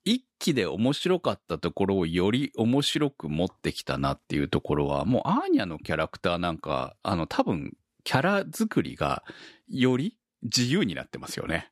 一期で面白かったところをより面白く持ってきたなっていうところは、もうアーニャのキャラクターなんか、あの多分キャラ作りがより自由になってますよね。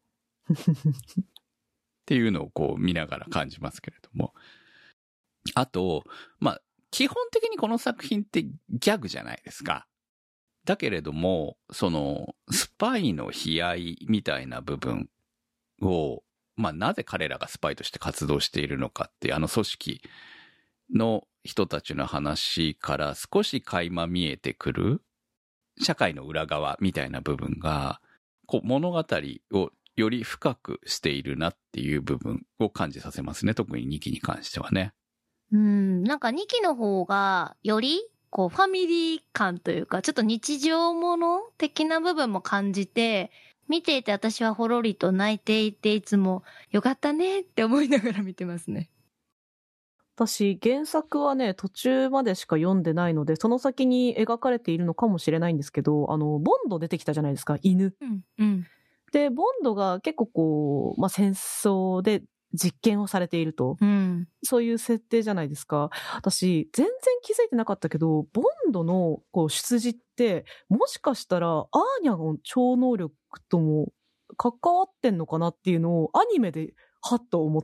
っていうのをこう見ながら感じますけれども。あと、まあ、基本的にこの作品ってギャグじゃないですか。だけれども、その、スパイの悲哀みたいな部分を、まあ、なぜ彼らがスパイとして活動しているのかっていう、あの組織の人たちの話から少し垣間見えてくる、社会の裏側みたいな部分が、こう物語をより深くしているなっていう部分を感じさせますね。特ににきに関してはね。 うん、なんかにきの方が、より、こう、ファミリー感というか、ちょっと日常もの的な部分も感じて、見ていて私はほろりと泣いていて、いつも、よかったねって思いながら見てますね。 私、原作はね、途中までしか読んでないので、その先に描かれているのかもしれないんですけど、あの、ボンド出てきたじゃないですか、犬。 うん、うん。 で、ボンドが結構こう、まあ、戦争で実験をされていると、 うん、 そういう設定じゃないですか。私、全然気づいてなかったけど、ボンドのこう出自って、もしかしたら、アーニャの超能力とも関わってんのかなっていうのをアニメではっと思って、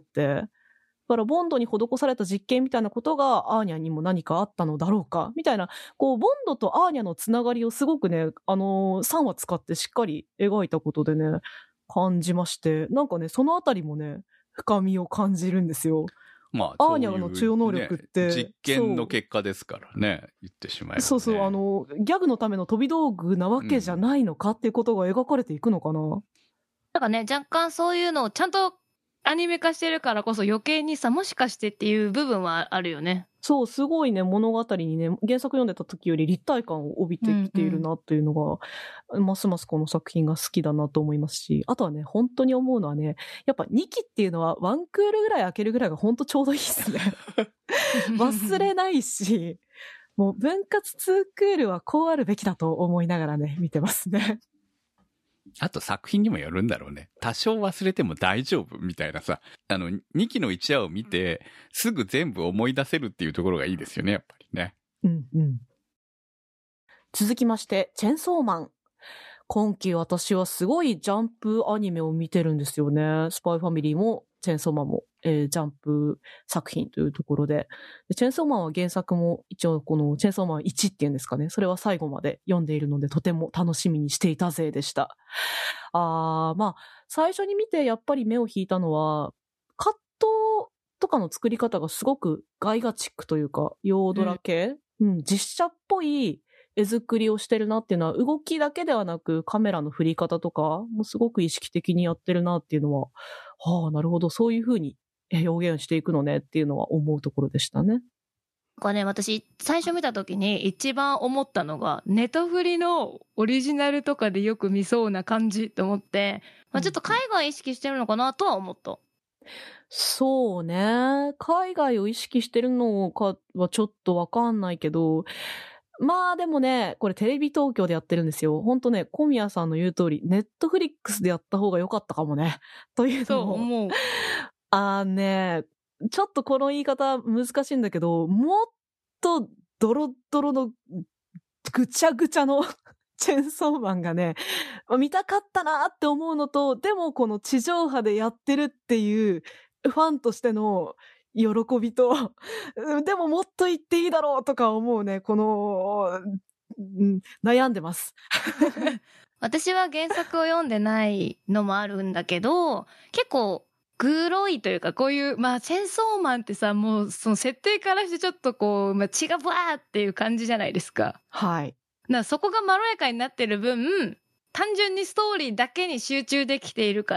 だからボンドに施された実験みたいなことがアーニャにも何かあったのだろうかみたいな、こうボンドとアーニャのつながりをすごくね、あのー、さんわ使ってしっかり描いたことでね、感じまして、なんかね、そのあたりもね、深みを感じるんですよ。 まあ、 アーニャの超能力って、 ね、実験の結果ですからね、言ってしまえば、ね、 そうそう、あのギャグのための飛び道具なわけじゃないのかっていうことが描かれていくのかな。うん、 なんかね、若干そういうのをちゃんとアニメ化してるからこそ余計にさ、もしかしてっていう部分はあるよね。 そう、すごいね、物語にね、原作読んでた時より立体感を帯びてきているなというのが、うんうん、ますますこの作品が好きだなと思いますし、あとはね、本当に思うのはね、やっぱにきっていうのはワンクールぐらい開けるぐらいが本当ちょうどいいですね。忘れないし、もう分割にクールはこうあるべきだと思いながらね、見てますね。 あと作品にもよるんだろうね。多少忘れても大丈夫みたいなさ、あの、にきのいちわを見て、すぐ全部思い出せるっていうところがいいですよね、やっぱりね。 うんうん。続きまして、チェンソーマン。今期私はすごいジャンプアニメを見てるんですよね。スパイファミリーも、チェンソーマンも、えー、ジャンプ作品というところで。でチェンソーマンは原作も一応このチェンソーマンいちっていうんですかね。それは最後まで読んでいるのでとても楽しみにしていたぜでした。あー、まあ、最初に見てやっぱり目を引いたのは、カットとかの作り方がすごくガイガチックというか、ヨードラ系、うん、うん、実写っぽい絵作りをしてるなっていうのは、動きだけではなくカメラの振り方とかもすごく意識的にやってるなっていうのは、はあ、なるほど、そういう風に表現していくのねっていうのは思うところでしたね。 なんかね、私最初見た時に一番思ったのが、ネトフリのオリジナルとかでよく見そうな感じと思って、まあ、ちょっと海外意識してるのかなとは思った。 そうね、海外を意識してるのかはちょっとわかんないけど、まあでもね、これテレビ東京でやってるんですよ。ほんとね、小宮さんの言う通り、ネットフリックスでやった方が良かったかもね。というのも。 そう思う。 あーね、ちょっとこの言い方難しいんだけど、もっとドロドロのぐちゃぐちゃのチェンソーマンがね、見たかったなって思うのと、でもこの地上波でやってるっていうファンとしての喜びと、でももっと言っていいだろうとか思うね、この、うん、悩んでます。 私は原作を読んでないのもあるんだけど、結構グロいというか、こういう、まあ、チェンソーマンってさ、もうその設定からしてちょっとこう、まあ、血がバーっていう感じじゃないですか。 はい。 なそこがまろやかになってる分、単純にストーリーだけに集中できているから、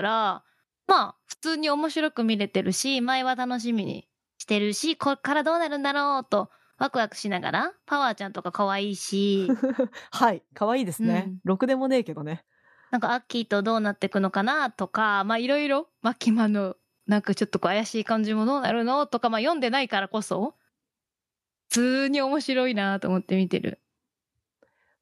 まあ、普通に面白く見れてるし、前は楽しみにしてるし、これからどうなるんだろうと、ワクワクしながら、パワーちゃんとか可愛いし。 はい、可愛いですね。うん、ろくでもねえけどね。 なんか、アッキーとどうなっていくのかなとか、まあ、いろいろ、マキマの、なんかちょっとこう怪しい感じもどうなるのとか、まあ、読んでないからこそ、普通に面白いなと思って見てる。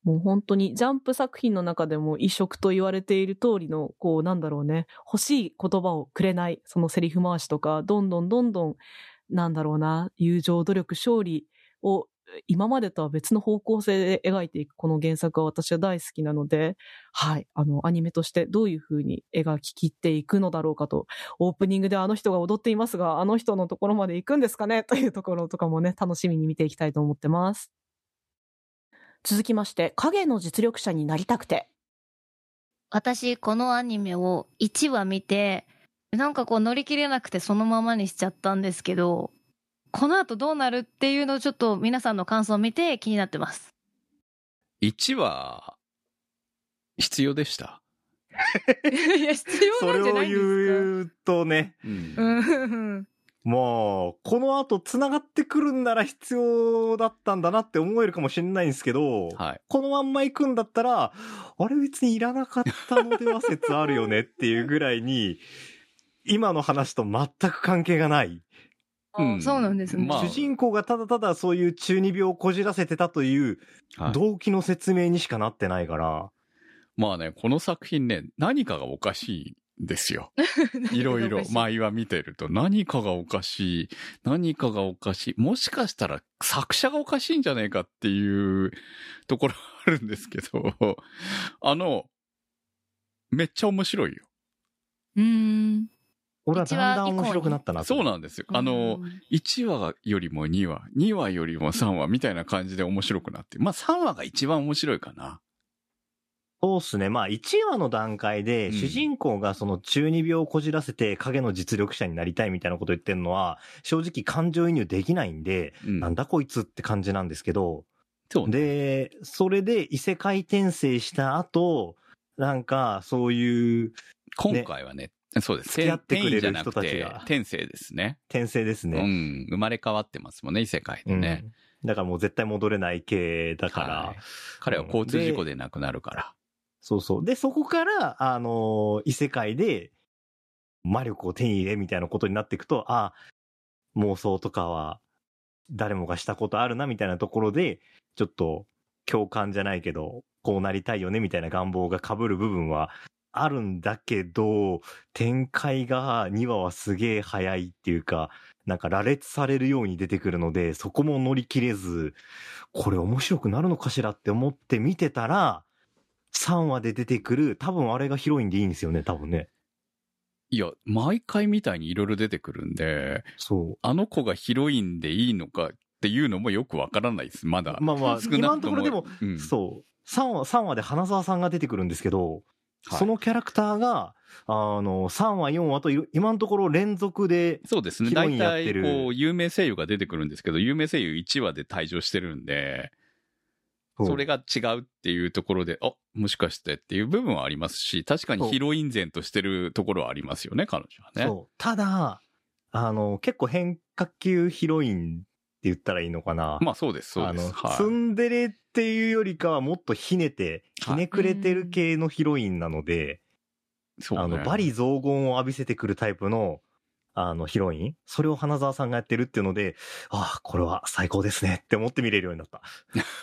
もう本当にジャンプ作品の中でも異色と言われている通りの、こうなんだろうね、欲しい言葉をくれない、そのセリフ回しとか、どんどんどんどん、なんだろうな、友情、努力、勝利を今までとは別の方向性で描いていくこの原作は私は大好きなので、はい、あの、アニメとしてどういう風に描き切っていくのだろうかと、オープニングであの人が踊っていますが、あの人のところまで行くんですかねというところとかもね、楽しみに見ていきたいと思ってます。続きまして、影の実力者になりたくて。 私、このアニメをいちわ見て、なんかこう乗り切れなくてそのままにしちゃったんですけど、この後どうなるっていうのをちょっと皆さんの感想を見て気になってます。 いちわ、必要でした。 いや、必要なんじゃないですか。 それを言うとね、 うん、 もう、この後繋がってくるんなら必要だったんだなって思えるかもしれないんですけど、はい、このまんま行くんだったら、あれ別にいらなかったのでは説あるよねっていうぐらいに、今の話と全く関係がない。 うん、そうなんですね、 まあ。主人公がただただそういう中二病をこじらせてたという動機の説明にしかなってないから。はい、 まあね、この作品ね、何かがおかしいんですよ。いろいろ、毎話見てると何かがおかしい、何かがおかしい。もしかしたら作者がおかしいんじゃねえかっていうところあるんですけど、あの、めっちゃ面白いよ。 うーん。 俺はだんだん面白くなったな。 そうなんですよ。あの、いちわよりもにわ、にわよりもさんわみたいな感じで面白くなって。まあさんわが一番面白いかな。 そうっすね。まあいちわの段階で、主人公がその中二病をこじらせて影の実力者になりたいみたいなことを言ってるのは、正直感情移入できないんで、うん、なんだこいつって感じなんですけど、そうね、で、それで異世界転生した後、なんかそういう、ね、 今回はね、そうです。 付き合ってくれる人たちが。 転生ですね。 転生ですね。 うん。生まれ変わってますもんね、異世界でね。 うん、だからもう絶対戻れない系だから。はい、 彼は交通事故で亡くなるから。 そうそう。で、そこから、あのー、異世界で魔力を手に入れみたいなことになっていくと、あ、妄想とかは誰もがしたことあるなみたいなところで、ちょっと共感じゃないけど、こうなりたいよねみたいな願望が被る部分は、あるんだけど、展開がにわはすげえ早いっていうか、なんか羅列されるように出てくるので、そこも乗り切れず、これ面白くなるのかしらって思って見てたら、さんわで出てくる、多分あれがヒロインでいいんですよね、多分ね。 いや、毎回みたいにいろいろ出てくるんで、 そう。 あの子がヒロインでいいのかっていうのもよくわからないです、まだ。 まあまあ、今のところでも、うん、そう。さんわ、さんわで花沢さんが出てくるんですけど、はい、そのキャラクターが、あの、さんわ、よんわと今のところ連続でそうですね。大体、こう、有名声優が出てくるんですけど、有名声優いちわで退場してるんで、それが違うっていうところで、あ、もしかしてっていう部分はありますし、確かにヒロイン前としてるところはありますよね、彼女はね。 そう。ただ、あの、結構変化球ヒロインって言ったらいいのかな。 まあそうです、そうです。 あの、はい、ツンデレっていうよりかはもっとひねて、ひねくれてる系のヒロインなので、そうね、あの、罵詈雑言を浴びせてくるタイプの、あの、ヒロインそれを花澤さんがやってるっていうので、ああ、これは最高ですねって思って見れるようになった。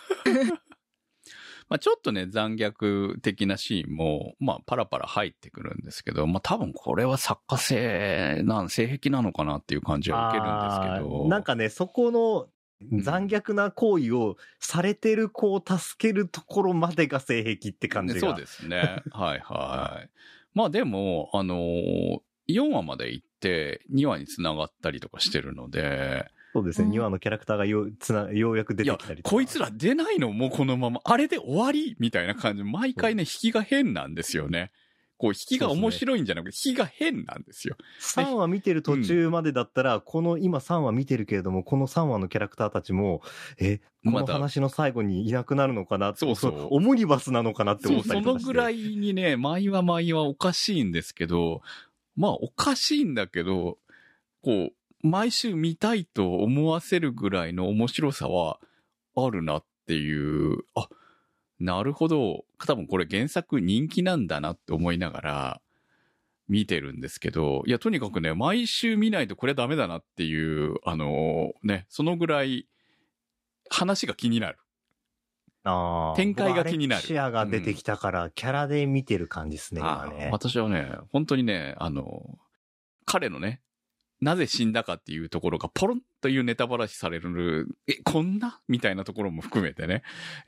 まあちょっとね、残虐的なシーンも、まあパラパラ入ってくるんですけど、まあ多分これは作家性なん、性癖なのかなっていう感じは受けるんですけど。 なんかね、そこの残虐な行為をされてる子を助けるところまでが性癖って感じが。 そうですね。はいはい。まあでも、あのー、よんわまで行ってにわに繋がったりとかしてるので、 そうですね。うん、にわのキャラクターがよう、つな、ようやく出てきたりとか。 こいつら出ないのもうこのまま。あれで終わりみたいな感じ。毎回ね、引きが変なんですよね。こう、引きが面白いんじゃなくて、引きが変なんですよ。 さんわ見てる途中までだったら、うん、この今さんわ見てるけれども、このさんわのキャラクターたちも、え、この話の最後にいなくなるのかなって、そうそう。オムニバスなのかなって思ったりとかして。 そう、そのぐらいにね、毎話毎話おかしいんですけど、まあおかしいんだけど、こう、毎週見たいと思わせるぐらいの面白さはあるなっていう、あ、なるほど。多分これ原作人気なんだなって思いながら見てるんですけど、いや、とにかくね、毎週見ないとこれダメだなっていう、あのね、そのぐらい話が気になる。 あ展開が気になる。 アレクシアが出てきたから、キャラで見てる感じですね、今ね。 私はね、本当にね、あの、彼のね、なぜ死んだかっていうところがポロンというネタばらしされる、え、こんなみたいなところも含めてね、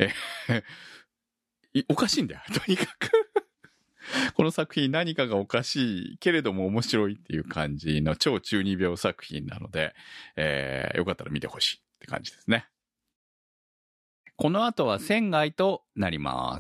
え、おかしいんだよ、とにかく。この作品何かがおかしいけれども面白いっていう感じの超中二病作品なので、えー、よかったら見てほしいって感じですね。この後は仙外となります。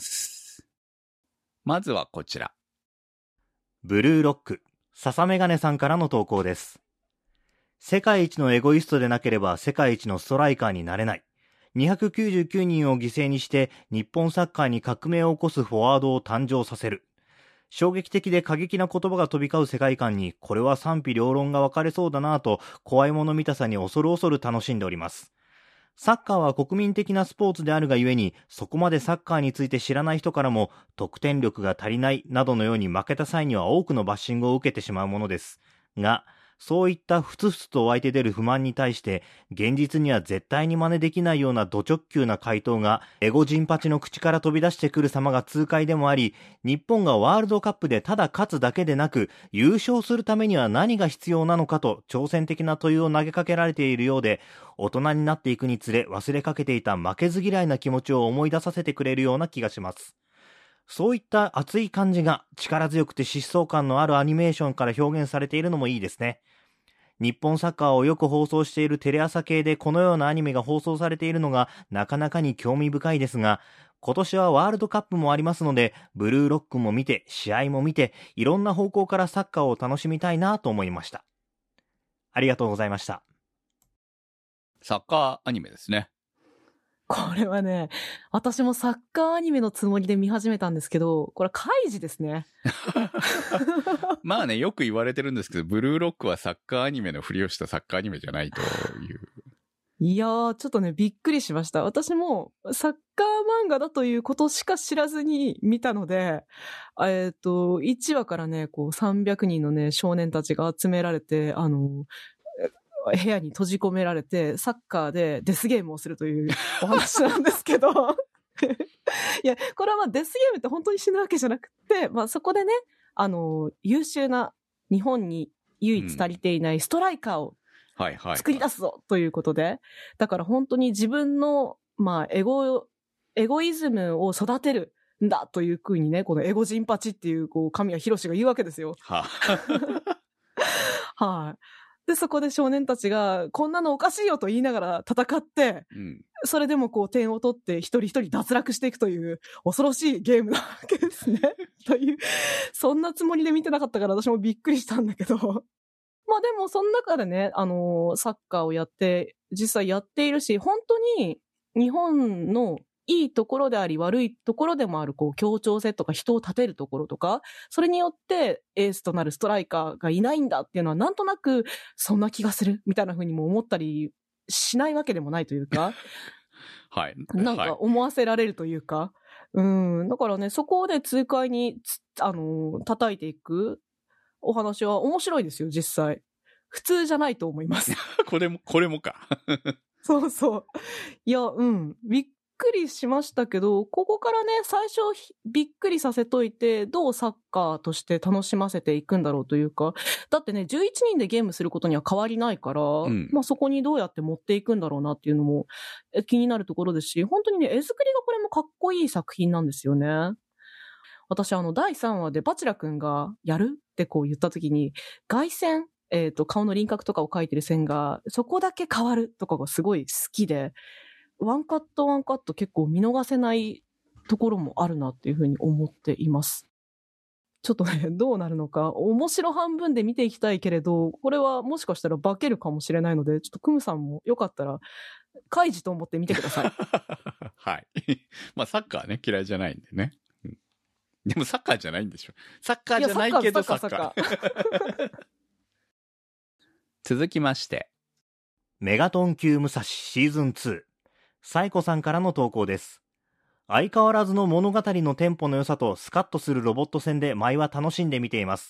まずはこちら。 ブルーロック、笹メガネさんからの投稿です。世界一のエゴイストでなければ世界一のストライカーになれない。にひゃくきゅうじゅうきゅうにんを犠牲にして日本サッカーに革命を起こすフォワードを誕生させる。衝撃的で過激な言葉が飛び交う世界観に、これは賛否両論が分かれそうだなぁと、怖いもの見たさに恐る恐る楽しんでおります。サッカーは国民的なスポーツであるがゆえに、そこまでサッカーについて知らない人からも、得点力が足りないなどのように負けた際には多くのバッシングを受けてしまうものです。が、そういったふつふつと湧いて出る不満に対して、現実には絶対に真似できないようなド直球な回答が、エゴジンパチの口から飛び出してくる様が痛快でもあり、日本がワールドカップでただ勝つだけでなく、優勝するためには何が必要なのかと挑戦的な問いを投げかけられているようで、大人になっていくにつれ忘れかけていた負けず嫌いな気持ちを思い出させてくれるような気がします。そういった熱い感じが力強くて疾走感のあるアニメーションから表現されているのもいいですね。日本サッカーをよく放送しているテレ朝系でこのようなアニメが放送されているのがなかなかに興味深いですが、今年はワールドカップもありますので、ブルーロックも見て、試合も見て、いろんな方向からサッカーを楽しみたいなと思いました。ありがとうございました。 サッカーアニメですね。 これはね、私もサッカーアニメのつもりで見始めたんですけど、これはカイジですね。 まあね、よく言われてるんですけど、ブルーロックはサッカーアニメのふりをしたサッカーアニメじゃないという。 いやー、ちょっとね、びっくりしました。私もサッカー漫画だということしか知らずに見たので、えっと、いちわからね、こうさんびゃくにんのね、少年たちが集められて、あの、部屋に閉じ込められて、サッカーでデスゲームをするというお話なんですけど。いや、これはまあデスゲームって本当に死ぬわけじゃなくて、まあそこでね、あの、優秀な日本に唯一足りていないストライカーを作り出すぞということで、だから本当に自分の、まあエゴ、エゴイズムを育てるんだという風にね、このエゴジンパチっていう、こう、神谷博史が言うわけですよ。ははい。で、そこで少年たちが、こんなのおかしいよと言いながら戦って、うん、それでもこう点を取って一人一人脱落していくという恐ろしいゲームなわけですね。という、そんなつもりで見てなかったから私もびっくりしたんだけど。まあでもその中でね、あのー、サッカーをやって、実際やっているし、本当に日本のいいところであり悪いところでもあるこう協調性とか人を立てるところとか、それによってエースとなるストライカーがいないんだっていうのはなんとなくそんな気がするみたいな風にも思ったりしないわけでもないというか、 はい、 なんか思わせられるというか、はい、うんだからね、そこで痛快にあの叩いていくお話は面白いですよ。実際普通じゃないと思います。 これもこれもか。 そうそう。いや、うんびっびっくりしましたけど、ここからね、最初びっくりさせといて、どうサッカーとして楽しませていくんだろうというか、だってね、じゅういちにんでゲームすることには変わりないから、うん、まあそこにどうやって持っていくんだろうなっていうのも気になるところですし、本当にね、絵作りがこれもかっこいい作品なんですよね。私、あの、だいさんわでバチラ君がやるってこう言った時に、外線、えっと、顔の輪郭とかを描いてる線が、そこだけ変わるとかがすごい好きで、ワンカットワンカット結構見逃せないところもあるなっていうふうに思っています。ちょっとね、どうなるのか、面白半分で見ていきたいけれど、これはもしかしたら化けるかもしれないので、ちょっとクムさんもよかったら、カイジと思って見てください。 はい。まあサッカーね、嫌いじゃないんでね。うん、でもサッカーじゃないんでしょ。サッカーじゃないけどサッカー。サッカー、サッカー。 続きまして。メガトン級武蔵シーズンツー。サイコさんからの投稿です。相変わらずの物語のテンポの良さとスカッとするロボット戦で舞は楽しんで見ています。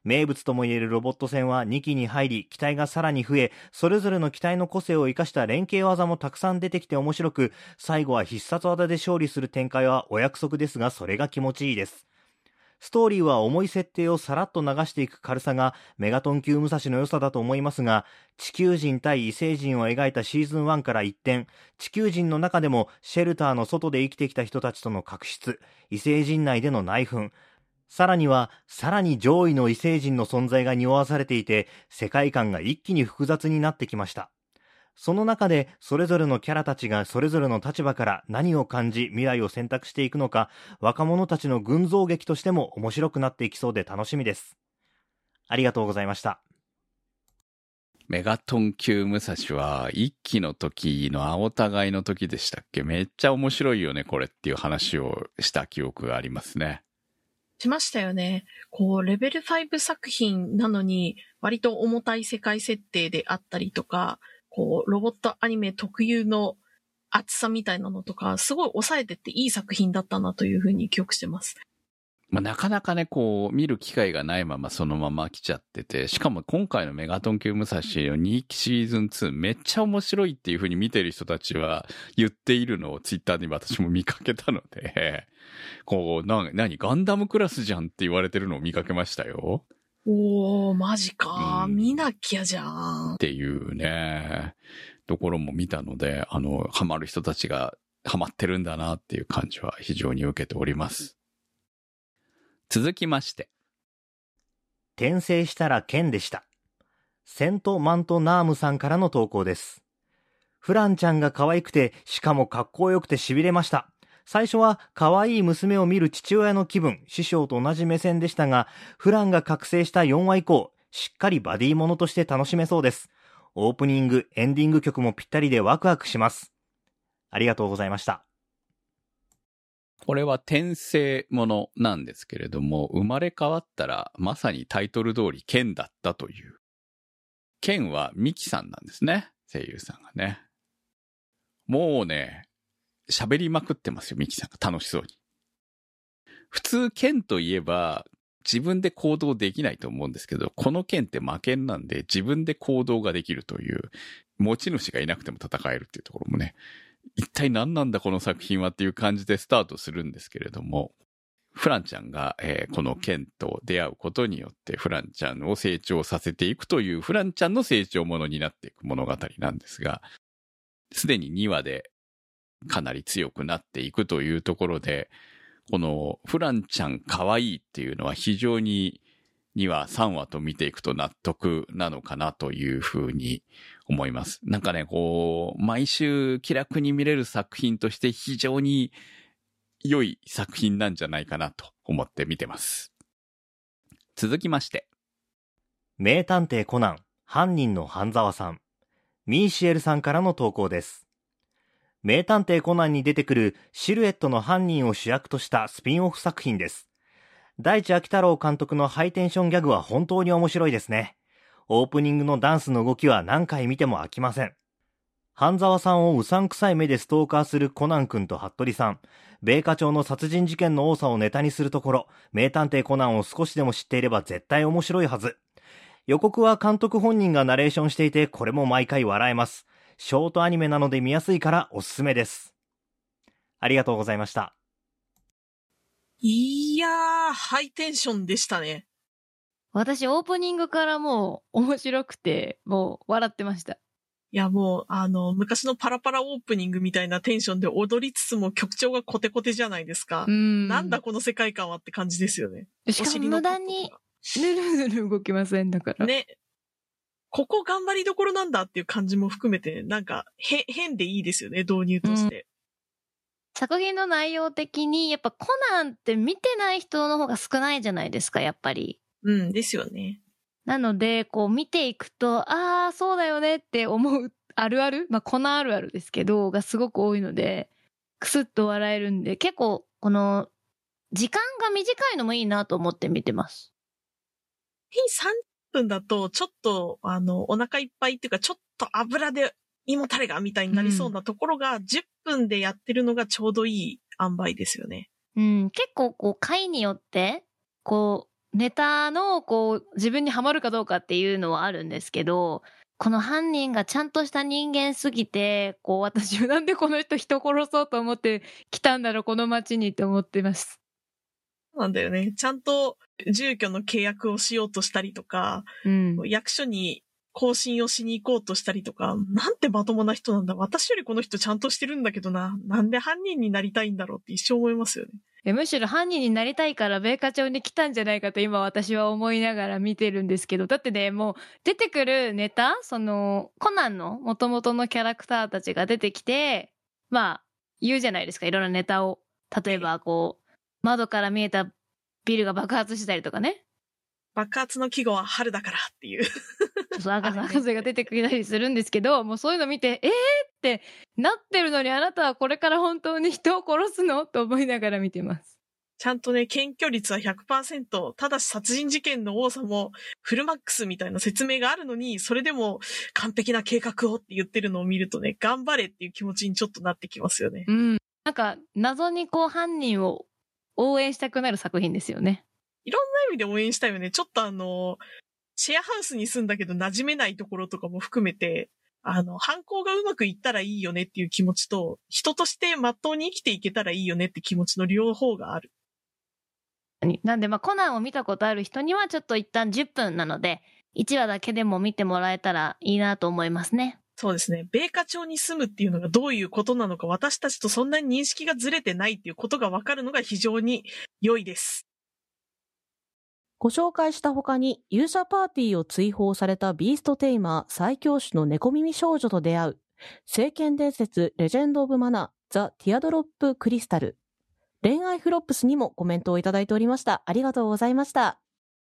名物ともいえるロボット戦はにきに入り、機体がさらに増え、それぞれの機体の個性を生かした連携技もたくさん出てきて面白く、最後は必殺技で勝利する展開はお約束ですが、それが気持ちいいです。ストーリーは重い設定をさらっと流していく軽さがメガトン級武蔵の良さだと思いますが、地球人対異星人を描いたシーズンワンから一転、地球人の中でもシェルターの外で生きてきた人たちとの確執、異星人内での内紛、さらにはさらに上位の異星人の存在が匂わされていて、世界観が一気に複雑になってきました。その中でそれぞれのキャラたちがそれぞれの立場から何を感じ未来を選択していくのか、若者たちの群像劇としても面白くなっていきそうで楽しみです。ありがとうございました。 メガトン級武蔵は一期の時の青互いの時でしたっけ、めっちゃ面白いよねこれっていう話をした記憶がありますね。 しましたよね。こうレベルご作品なのに割と重たい世界設定であったりとか、こう、ロボットアニメ特有の厚さみたいなのとか、すごい抑えてっていい作品だったなというふうに記憶してます。 まあ、なかなかね、こう、見る機会がないままそのまま来ちゃってて、しかも今回のメガトン級武蔵のにきシーズンツーめっちゃ面白いっていうふうに見てる人たちは言っているのをツイッターに私も見かけたので、こう、な、何、ガンダムクラスじゃんって言われてるのを見かけましたよ。 おー、マジか、 うん。 見なきゃじゃん。 っていうね、ところも見たので、あの、ハマる人たちがハマってるんだなっていう感じは非常に受けております。続きまして。 転生したら剣でした。セントマントナームさんからの投稿です。フランちゃんが可愛くて、しかもかっこよくて痺れました。最初は可愛い娘を見る父親の気分、師匠と同じ目線でしたが、フランが覚醒したよんわ以降、しっかりバディものとして楽しめそうです。オープニング、エンディング曲もぴったりでワクワクします。ありがとうございました。 これは転生ものなんですけれども、生まれ変わったらまさにタイトル通り剣だったという。剣はミキさんなんですね。声優さんがね。もうね、喋りまくってますよ、ミキさんが楽しそうに。普通剣といえば自分で行動できないと思うんですけど、この剣って魔剣なんで自分で行動ができるという、持ち主がいなくても戦えるっていうところもね、一体何なんだこの作品はっていう感じでスタートするんですけれども、フランちゃんが、えー、この剣と出会うことによってフランちゃんを成長させていくというフランちゃんの成長ものになっていく物語なんですが、すでににわでかなり強くなっていくというところで、このフランちゃん可愛いっていうのは非常ににわさんわと見ていくと納得なのかなというふうに思います。なんかね、こう毎週気楽に見れる作品として非常に良い作品なんじゃないかなと思って見てます。続きまして、 名探偵コナン犯人の半沢さん、ミーシエルさんからの投稿です。名探偵コナンに出てくるシルエットの犯人を主役としたスピンオフ作品です。大地秋太郎監督のハイテンションギャグは本当に面白いですね。オープニングのダンスの動きは何回見ても飽きません。半沢さんをうさんくさい目でストーカーするコナン君と服部さん、米花町の殺人事件の多さをネタにするところ、名探偵コナンを少しでも知っていれば絶対面白いはず。予告は監督本人がナレーションしていて、これも毎回笑えます。ショートアニメなので見やすいからおすすめです。ありがとうございました。 いやー、ハイテンションでしたね。 私オープニングからもう面白くて、もう笑ってました。 いやもう、あの、昔のパラパラオープニングみたいなテンションで踊りつつも曲調がコテコテじゃないですか。 うんなんだこの世界観はって感じですよね。 しかも無駄にぬるぬる動きませんだから。 ね。ここ頑張りどころなんだっていう感じも含めて、なんか、へ、変でいいですよね、導入として。うん、 作品の内容的に、やっぱコナンって見てない人の方が少ないじゃないですか、やっぱり。 うん、ですよね。 なので、こう見ていくと、ああ、そうだよねって思うあるある、まあコナンあるあるですけど、がすごく多いので、クスッと笑えるんで、結構、この、時間が短いのもいいなと思って見てます。 さんじゅっぷんだと、ちょっと、あの、お腹いっぱいっていうか、ちょっと油で胃もたれがみたいになりそうなところが、じゅっぷんでやってるのがちょうどいい塩梅ですよね。 うん、結構こう、回によって、こう、 ネタのこう自分にはまるかどうかっていうのはあるんですけど、この犯人がちゃんとした人間すぎて、こう私はなんでこの人人殺そうと思って来たんだろうこの町にって思ってます。 なんだよね。ちゃんと住居の契約をしようとしたりとか、うん、役所に更新をしに行こうとしたりとか、なんてまともな人なんだ。私よりこの人ちゃんとしてるんだけどな。なんで犯人になりたいんだろうって一生思いますよね。 いやむしろ犯人になりたいから米花町に来たんじゃないかと今私は思いながら見てるんですけど、だってね、もう出てくるネタ、そのコナンの元々のキャラクターたちが出てきて、まあ言うじゃないですか、いろんなネタを。例えばこう窓から見えたビルが爆発したりとかね。 爆発の季語は春だからっていうそう赤瀬が出てくれたりするんですけど、もうそういうの見てえーってなってるのに、あなたはこれから本当に人を殺すのと思いながら見てます。 ちゃんとね、検挙率は ひゃくパーセント、ただし殺人事件の多さもフルマックスみたいな説明があるのに、それでも完璧な計画をって言ってるのを見るとね、頑張れっていう気持ちにちょっとなってきますよね。 うん。なんか謎にこう犯人を応援したくなる作品ですよね。 いろんな意味で応援したいよね。ちょっとあの、シェアハウスに住んだけど馴染めないところとかも含めて、あの、犯行がうまくいったらいいよねっていう気持ちと、人として真っ当に生きていけたらいいよねって気持ちの両方がある。 なんでまあコナンを見たことある人にはちょっと一旦じゅっぷんなので、いちわだけでも見てもらえたらいいなと思いますね。 そうですね。米花町に住むっていうのがどういうことなのか、私たちとそんなに認識がずれてないっていうことがわかるのが非常に良いです。 ご紹介した他に、勇者パーティーを追放されたビーストテイマー最強種の猫耳少女と出会う、聖剣伝説レジェンド・オブ・マナー、ザ・ティアドロップ・クリスタル、恋愛フロップスにもコメントをいただいておりました。ありがとうございました。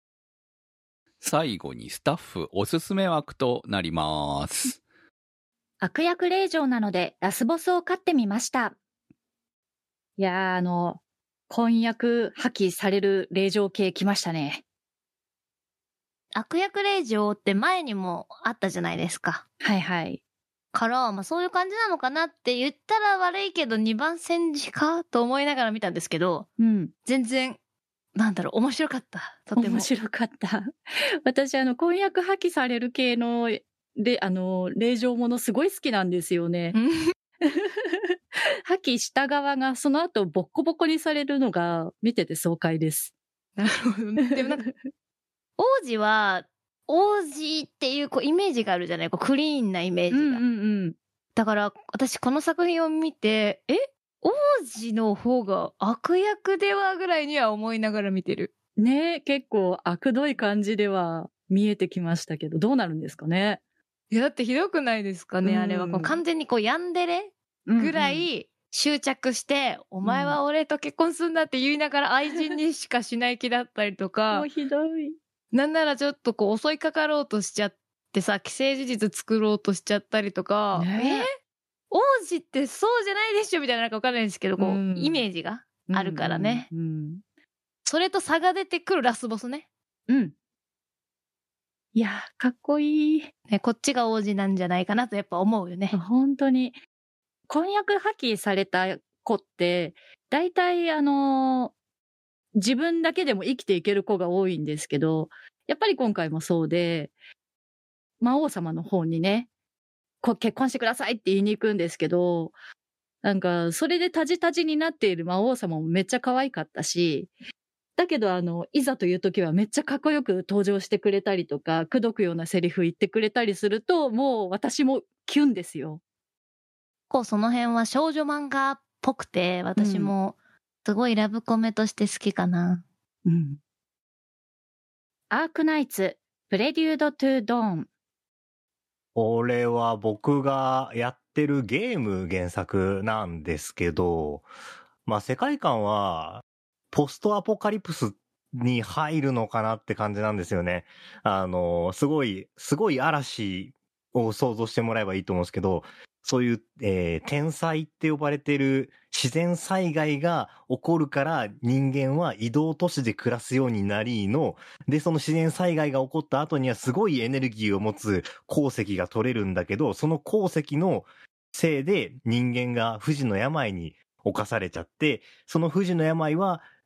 最後にスタッフおすすめ枠となります。 悪役令嬢なのでラスボスを飼ってみました。いやー、あの、婚約破棄される令嬢系来ましたね。 悪役令嬢って前にもあったじゃないですか。 はいはい。 から、まあそういう感じなのかなって言ったら悪いけどにばん戦時かと思いながら見たんですけど、 うん、 全然、なんだろう、面白かった。とても。 面白かった。私、あの、婚約破棄される系の、で、あの、令嬢ものすごい好きなんですよね。破棄した側がその後ボッコボコにされるのが見てて爽快です。 なるほどね。でもなんか、 王子は、王子っていうこうイメージがあるじゃない、こうクリーンなイメージが。 うんうんうん、 だから私この作品を見て、え王子の方が悪役ではぐらいには思いながら見てる。 ねえ、結構悪どい感じでは見えてきましたけど、どうなるんですかね。 いやだってひどくないですかね、うん、あれはこう完全にこうヤンデレぐらい執着して、うんうん、お前は俺と結婚するんだって言いながら愛人にしかしない気だったりとか。 もうひどい。 なんならちょっとこう襲いかかろうとしちゃってさ、既成事実作ろうとしちゃったりとか、 ね、 え王子ってそうじゃないでしょみたいな、なんかわかんないんですけど、こう、うん、イメージがあるからね、 うんうんうん。 それと差が出てくるラスボスね。 うん。いや、かっこいい。 ね、こっちが王子なんじゃないかなとやっぱ思うよね。 本当に。婚約破棄された子って、大体あの、自分だけでも生きていける子が多いんですけど、やっぱり今回もそうで、魔王様の方にね、こ結婚してくださいって言いに行くんですけど、なんか、それでタジタジになっている魔王様もめっちゃ可愛かったし、だけどあの、いざという時はめっちゃかっこよく登場してくれたりとか、口説くようなセリフ言ってくれたりすると、もう私もキュンですよ。 こう、その辺は少女漫画っぽくて、私も、うんすごいラブコメとして好きかな。 うん。アークナイツ、プレデュードトゥドーン。 これは僕がやってるゲーム原作なんですけど、まあ世界観はポストアポカリプスに入るのかなって感じなんですよね。あの、すごい、すごい嵐を想像してもらえばいいと思うんですけど、そういう、えー、天災って呼ばれている自然災害が起こるから人間は移動都市で暮らすようになりの、で、その自然災害が起こった後にはすごいエネルギーを持つ鉱石が取れるんだけど、その鉱石のせいで人間が不治の病に侵されちゃって、その不治の病は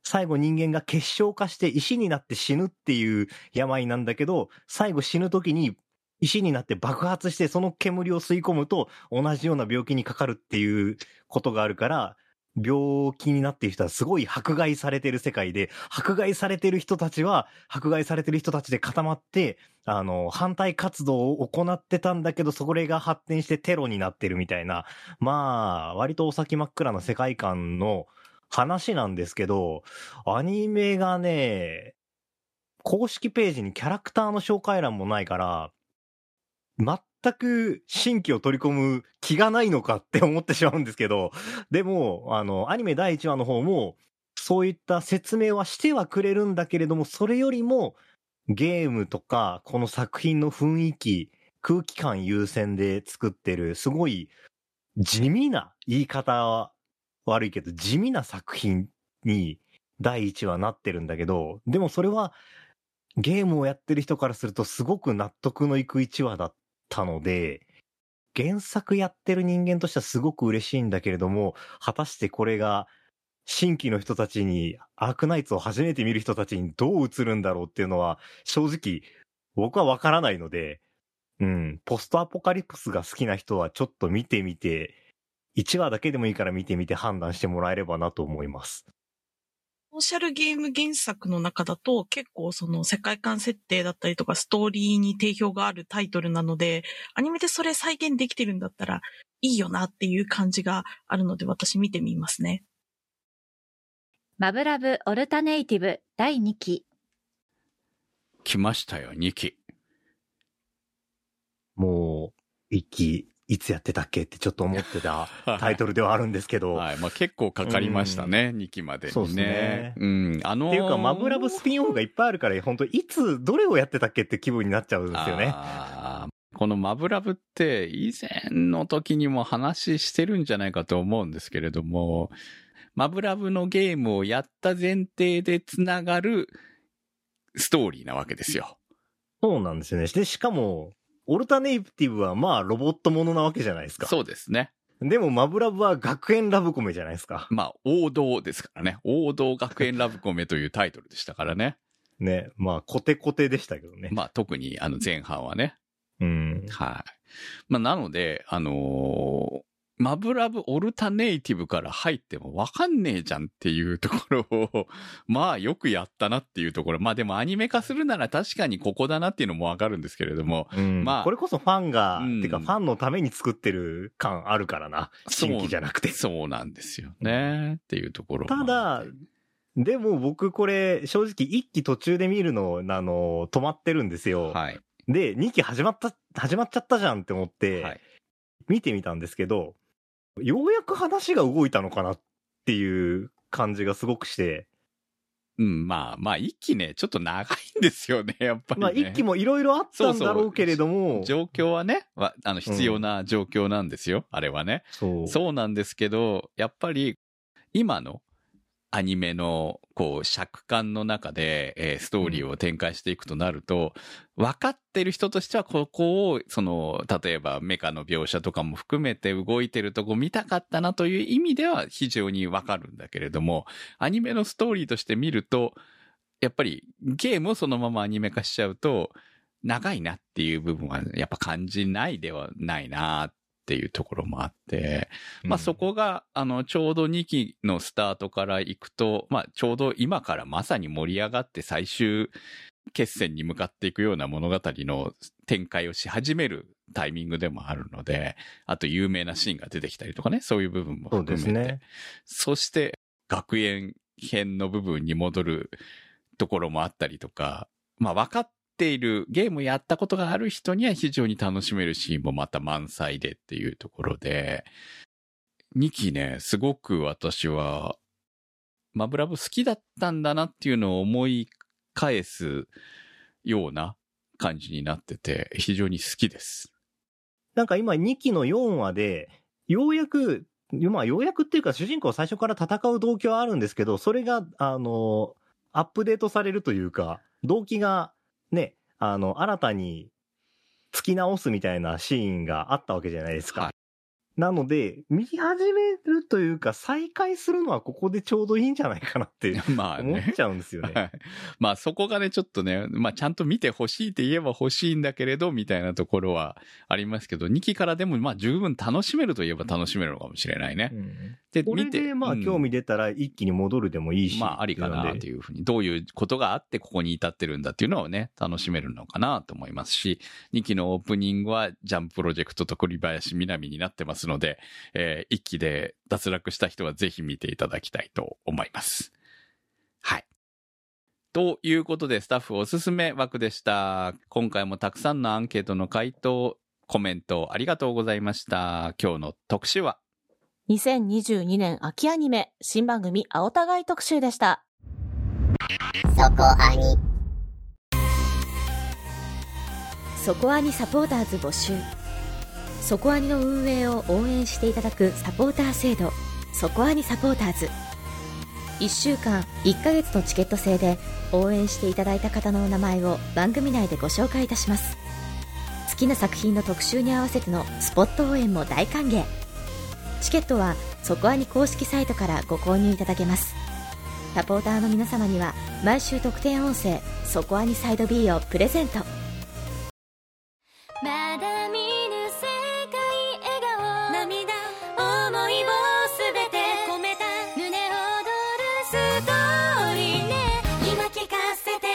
最後人間が結晶化して石になって死ぬっていう病なんだけど、最後死ぬ時に石になって爆発してその煙を吸い込むと同じような病気にかかるっていうことがあるから、病気になっている人はすごい迫害されてる世界で、迫害されてる人たちは迫害されてる人たちで固まって、あの、反対活動を行ってたんだけど、それが発展してテロになってるみたいな、まあ、割とお先真っ暗な世界観の話なんですけど、アニメがね、公式ページにキャラクターの紹介欄もないから、全く新規を取り込む気がないのかって思ってしまうんですけど、でも、あの、アニメだいいちわの方も、そういった説明はしてはくれるんだけれども、それよりも、ゲームとか、この作品の雰囲気、空気感優先で作ってる、すごい地味な、言い方は悪いけど、地味な作品にだいいちわなってるんだけど、でもそれは、ゲームをやってる人からするとすごく納得のいくいちわだったので、原作やってる人間としてはすごく嬉しいんだけれども、果たしてこれが新規の人たちに、アークナイツを初めて見る人たちにどう映るんだろうっていうのは、正直僕はわからないので、うん、ポストアポカリプスが好きな人はちょっと見てみて、いちわだけでもいいから見てみて判断してもらえればなと思います。 ソーシャルゲーム原作の中だと結構その世界観設定だったりとかストーリーに定評があるタイトルなので、アニメでそれ再現できてるんだったらいいよなっていう感じがあるので、私見てみますね。 マブラブオルタネイティブだいにき。 来ましたよ、にき。 もう、いっき、いつやってたっけってちょっと思ってたタイトルではあるんですけど。 はい。まあ結構かかりましたね、にきまでにね。 そうですね。 うん。あのー、 っていうか、マブラブスピンオフがいっぱいあるから、本当いつ、どれをやってたっけって気分になっちゃうんですよね。 あこのマブラブって以前の時にも話してるんじゃないかと思うんですけれども、マブラブのゲームをやった前提でつながるストーリーなわけですよ。 そうなんですよね。で、しかも、オルタネイティブはまあロボットものなわけじゃないですか。 そうですね。 でもマブラブは学園ラブコメじゃないですか。 まあ王道ですからね。王道学園ラブコメというタイトルでしたからね。 ね。まあコテコテでしたけどね。 まあ特にあの前半はね。 うん。 はい。まあなので、あのー、マブラブオルタネイティブから入ってもわかんねえじゃんっていうところを、まあよくやったなっていうところ。まあでもアニメ化するなら確かにここだなっていうのもわかるんですけれども。 うん、まあ。これこそファンが、うん、てかファンのために作ってる感あるからな。新規じゃなくて。 そう、そうなんですよね。っていうところ。 ただ、でも僕これ正直いっき途中で見るの、あの、止まってるんですよ。 はい。 で、にき始まった、始まっちゃったじゃんって思って、はい、見てみたんですけど、ようやく話が動いたのかなっていう感じがすごくして。 うん、まあまあ一期ね、ちょっと長いんですよね、やっぱり、ね。 まあ一期もいろいろあったんだろうけれども。 そうそう状況はね、あの必要な状況なんですよ、うん、あれはね。 そう。 そうなんですけど、やっぱり今のアニメのこう尺感の中で、えー、ストーリーを展開していくとなると、うん、分かってる人としてはここをその例えばメカの描写とかも含めて動いてるとこ見たかったなという意味では非常に分かるんだけれども、アニメのストーリーとして見るとやっぱりゲームをそのままアニメ化しちゃうと長いなっていう部分はやっぱ感じないではないなってっていうところもあって、まあそこが、あの、ちょうどにきのスタートから行くと、まあちょうど今からまさに盛り上がって最終決戦に向かっていくような物語の展開をし始めるタイミングでもあるので、あと有名なシーンが出てきたりとかね、そういう部分も含めて。そうですね。そして学園編の部分に戻るところもあったりとか、まあ分かっているゲームやったことがある人には非常に楽しめるシーンもまた満載でっていうところで、にきね、すごく私はマブラブ好きだったんだなっていうのを思い返すような感じになってて非常に好きです。 なんか今にきのよんわでようやく、まあようやくっていうか主人公最初から戦う動機はあるんですけど、それがあのアップデートされるというか、動機がね、あの、新たに突き直すみたいなシーンがあったわけじゃないですか。はい、 なので、見始めるというか、再開するのはここでちょうどいいんじゃないかなってまあね、 思っちゃうんですよね。 はい、まあそこがね、ちょっとね、まあちゃんと見てほしいって言えば欲しいんだけれど、みたいなところはありますけど、にきからでもまあ十分楽しめると言えば楽しめるのかもしれないね。 うん、 で、 これでまあ、うん、興味出たら一気に戻るでもいいし。 まあありかなというふうに、どういうことがあってここに至ってるんだっていうのをね、楽しめるのかなと思いますし、にきのオープニングはジャンププロジェクトと栗林みなみになってますので、えー、一期で脱落した人はぜひ見ていただきたいと思います。はい。ということで、スタッフおすすめ枠でした。今回もたくさんのアンケートの回答、コメントありがとうございました。今日の特集はにせんにじゅうにねん秋アニメ新番組青互い特集でした。 そこアニ。 そこアニサポーターズ募集。そこアニの運営を応援していただくサポーター制度、そこアニサポーターズ。いっしゅうかんいっかげつのチケット制で応援していただいた方のお名前を番組内でご紹介いたします。好きな作品の特集に合わせてのスポット応援も大歓迎。チケットはそこアニ公式サイトからご購入いただけます。サポーターの皆様には毎週特典音声そこアニサイド B をプレゼント。 まだ見ぬ世界笑顔涙思いをすべて込めた胸躍るストーリーね今聞かせて。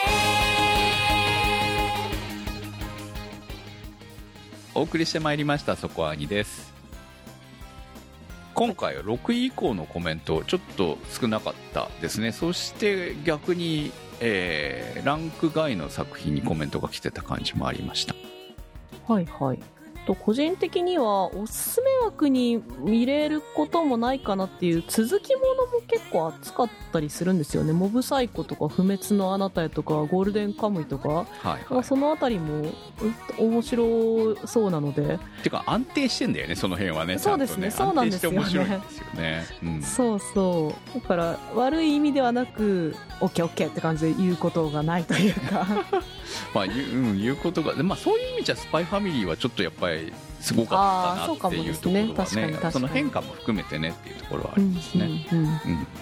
お送りしてまいりましたそこアニです。今回はろくい以降のコメントちょっと少なかったですね。そして逆に、えー、ランク外の作品にコメントが来てた感じもありました。 はいはい。と個人的にはおすすめ枠に見れることもないかなっていう続きものも結構熱かったりするんですよね。モブサイコとか不滅のあなたへとかゴールデンカムイとか、はいはい、そのあたりも面白そうなので。 てか安定してんだよねその辺はね。 そうですね、そうなんですよね。 安定して面白いんですよね、うん、 そうそうだから悪い意味ではなくオッケーオッケーって感じで言うことがないというかまあ言う、うん、言うことが、まあ、そういう意味じゃスパイファミリーはちょっとやっぱりすごかったなっていうところは ね, 確かに確かにその変化も含めてねっていうところはありますね。うんうんうんうん、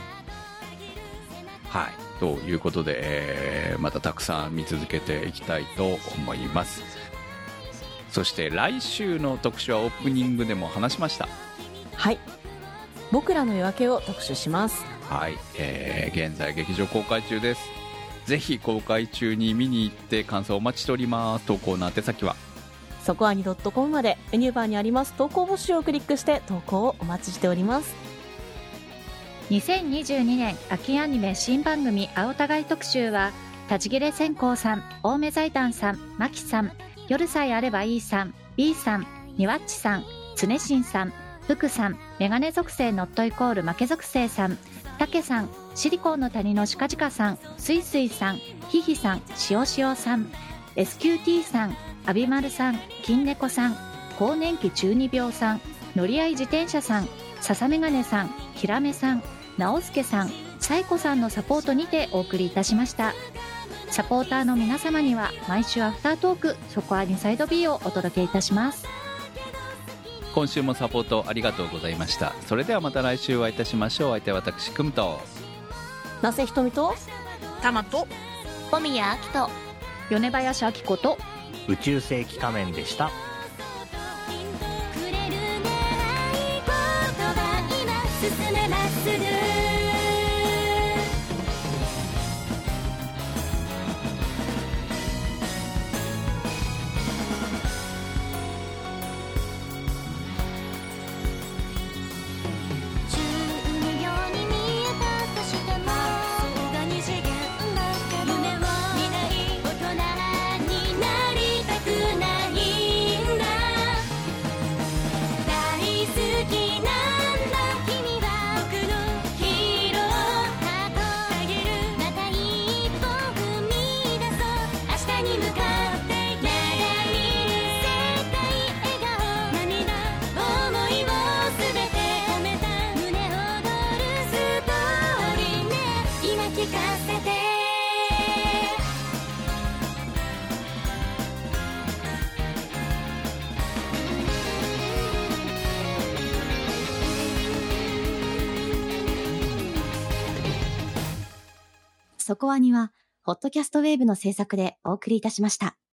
はいということで、えー、またたくさん見続けていきたいと思います。そして来週の特集はオープニングでも話しました。 はい、僕らの夜明けを特集します。 はい、えー、現在劇場公開中です。ぜひ公開中に見に行って感想をお待ちしております。投稿の宛先はそこアニ .com までメニューバーにあります投稿募集をクリックして投稿をお待ちしております。 にせんにじゅうにねん秋アニメ新番組青互い特集は立ち切れ線香さん、青梅財団さん、マキさん、夜さえあればいいさん、B さん、ニワッチさん、つねしんさん、福さん、メガネ属性ノットイコール負け属性さん、たけさん、シリコンの谷のシカジカさん、スイスイさん、ヒヒさん、シオシオさん、エスキューティー さん、アビマルさん、金猫さん、更年期中二病さん、乗り合い自転車さん、笹メガネさん、ヒラメさん、直輔さん、サイコさんのサポートにてお送りいたしました。サポーターの皆様には毎週アフタートークそこアニサイド B をお届けいたします。 今週もサポートありがとうございました。それではまた来週お会いいたしましょう。お相手は私くむとなせひとみとたまと小宮あきと米林明子と宇宙世紀仮面でした。 進めまっすぐ夢を見ない大人になりたくないそこアニは、ホットキャストウェーブの制作でお送りいたしました。